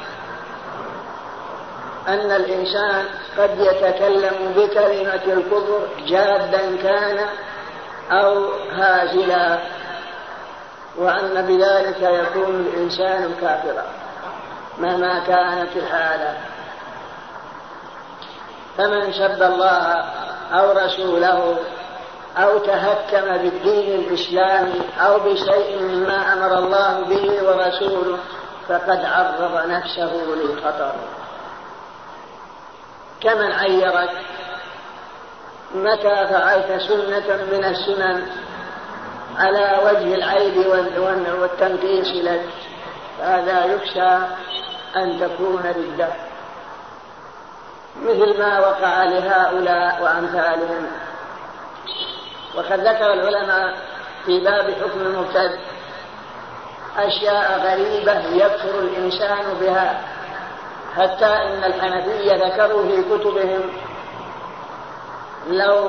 أن الإنسان قد يتكلم بكلمة الكفر جادا كان أو هازلا، وأن بذلك يكون الإنسان كافرا مهما كانت الحالة. فمن سب الله أو رسوله أو تهكم بالدين الإسلامي أو بشيء مما أمر الله به ورسوله فقد عرض نفسه للخطر. كمن عيرك متى فعلت سنة من السنن على وجه العيب والتنقيص لك، هذا يخشى أن تكون ردة، مثل ما وقع لهؤلاء وأمثالهم. وقد ذكر العلماء في باب حكم المرتد أشياء غريبة يكفر الإنسان بها، حتى إن الحنفية ذكروا في كتبهم لو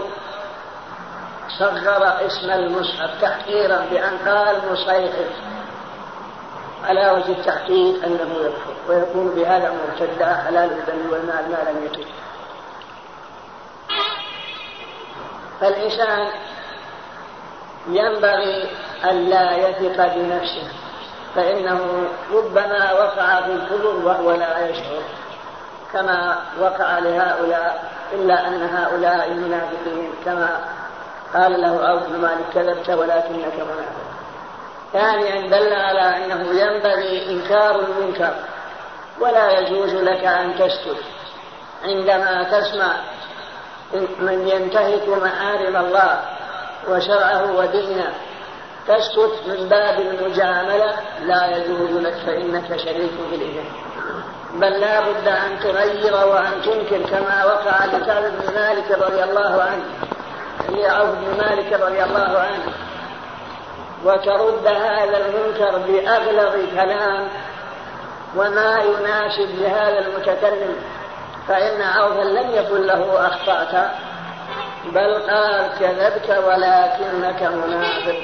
صغر اسم المصحف تحقيرا بأن قال مصيحف على وجه التحقيق أنه يكفر ويكون بهذا مرتدا حلال الدم والمال ما لم يتب. فالإنسان ينبغي أن لا يثق بنفسه، فإنه ربما وقع في الكفر وهو لا يشعر كما وقع لهؤلاء، إلا أن هؤلاء المنافقين كما قال له عوف بن مالك كذبت ولكنك منافق. ثانيا دل على أنه ينبغي إنكار المنكر، ولا يجوز لك أن تسكت عندما تسمع من ينتهك محارم الله وشرعه ودينه، تسكت من باب المجاملة لا يجوز لك فإنك شريك في الإثم، بل لا بد أن تغير وأن تنكر كما وقع لكعب بن مالك رضي الله عنه لعوف بن مالك رضي الله عنه، وترد هذا المنكر بأغلظ كلام وما يناسب لهذا المتكلم، فإن عوفا لم يقل له أخطأت، بل قال كذبت ولكنك منافق.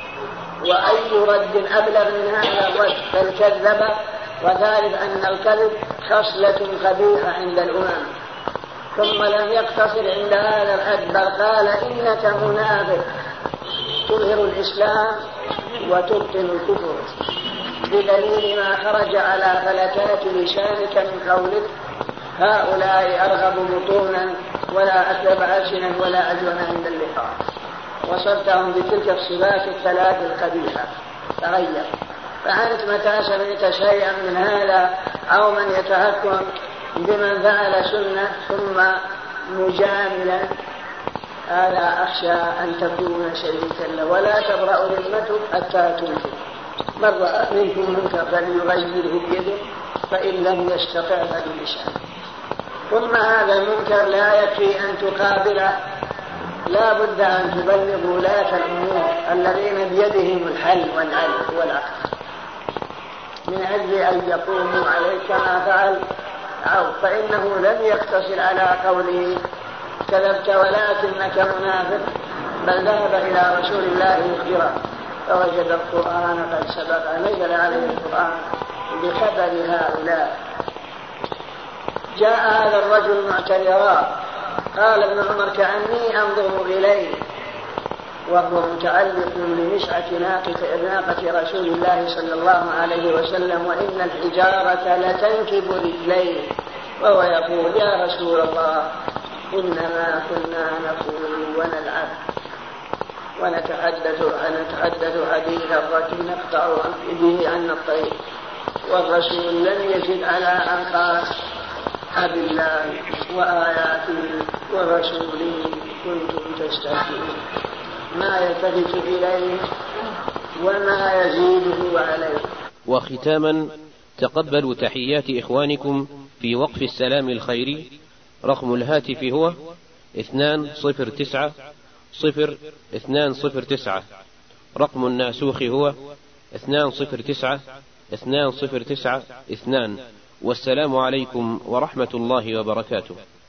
وأي رد أبلغ من هذا الرد؟ بل كذب، وذلك أن الكذب خصلة قبيحة عند الأمم. ثم لم يقتصر عند هذا الحد، بل قال إنك منافق تظهر الإسلام وتبطن الكفر، بدليل ما خرج على فلتات لسانك من قولك هؤلاء أرغب بطونا ولا أكذب ألسنا ولا أجون عند اللقاء. وصفتهم بتلك الصفات الثلاث القبيحة. تغير. فأنت متى سمعت شيئا من هذا أو من يتهكم بمن فعل سنة ثم مجاملا، هذا أخشى أن تكون شريكا له، ولا تبرأ ذمتك حتى تنكر. من رأى منكم منكر فليغيره بيده، فإن لم يستطع فبلسانه. ثم هذا المنكر لا يكفي أن تقابله، لا بد أن تبلغ ولاة الأمور الذين بيدهم الحل والعقد من أجل أن يقوموا عليه كما فعل عوف، فإنه لم يقتصر على قوله كذبت ولكنك منافق، بل ذهب إلى رسول الله يخبره، فوجد القرآن قد سبق نزل عليه القرآن بخبر هؤلاء. جاء هذا الرجل معتذرا، قال ابن عمر كأني أنظر إليه وهو متعلق بمشعة ناقة رسول الله صلى الله عليه وسلم، وإن الحجارة لتنكب رجليه، وهو يقول يا رسول الله إنما كنا نقول ونلعب ونتحدث ونتحدث حديث الرجل نقطع به عن الطريق، والرسول لم يزد على أن قال أبي الله وآياته ورسوله كنتم تستهزئون، ما يلتفت إليه وما يزيده عليه. وختاما تقبلوا تحيات إخوانكم في وقف السلام الخيري. رقم الهاتف هو اثنان صفر تسعة صفر اثنان صفر تسعة. رقم الناسوخ هو اثنان صفر تسعة اثنان صفر تسعة اثنان. والسلام عليكم ورحمة الله وبركاته.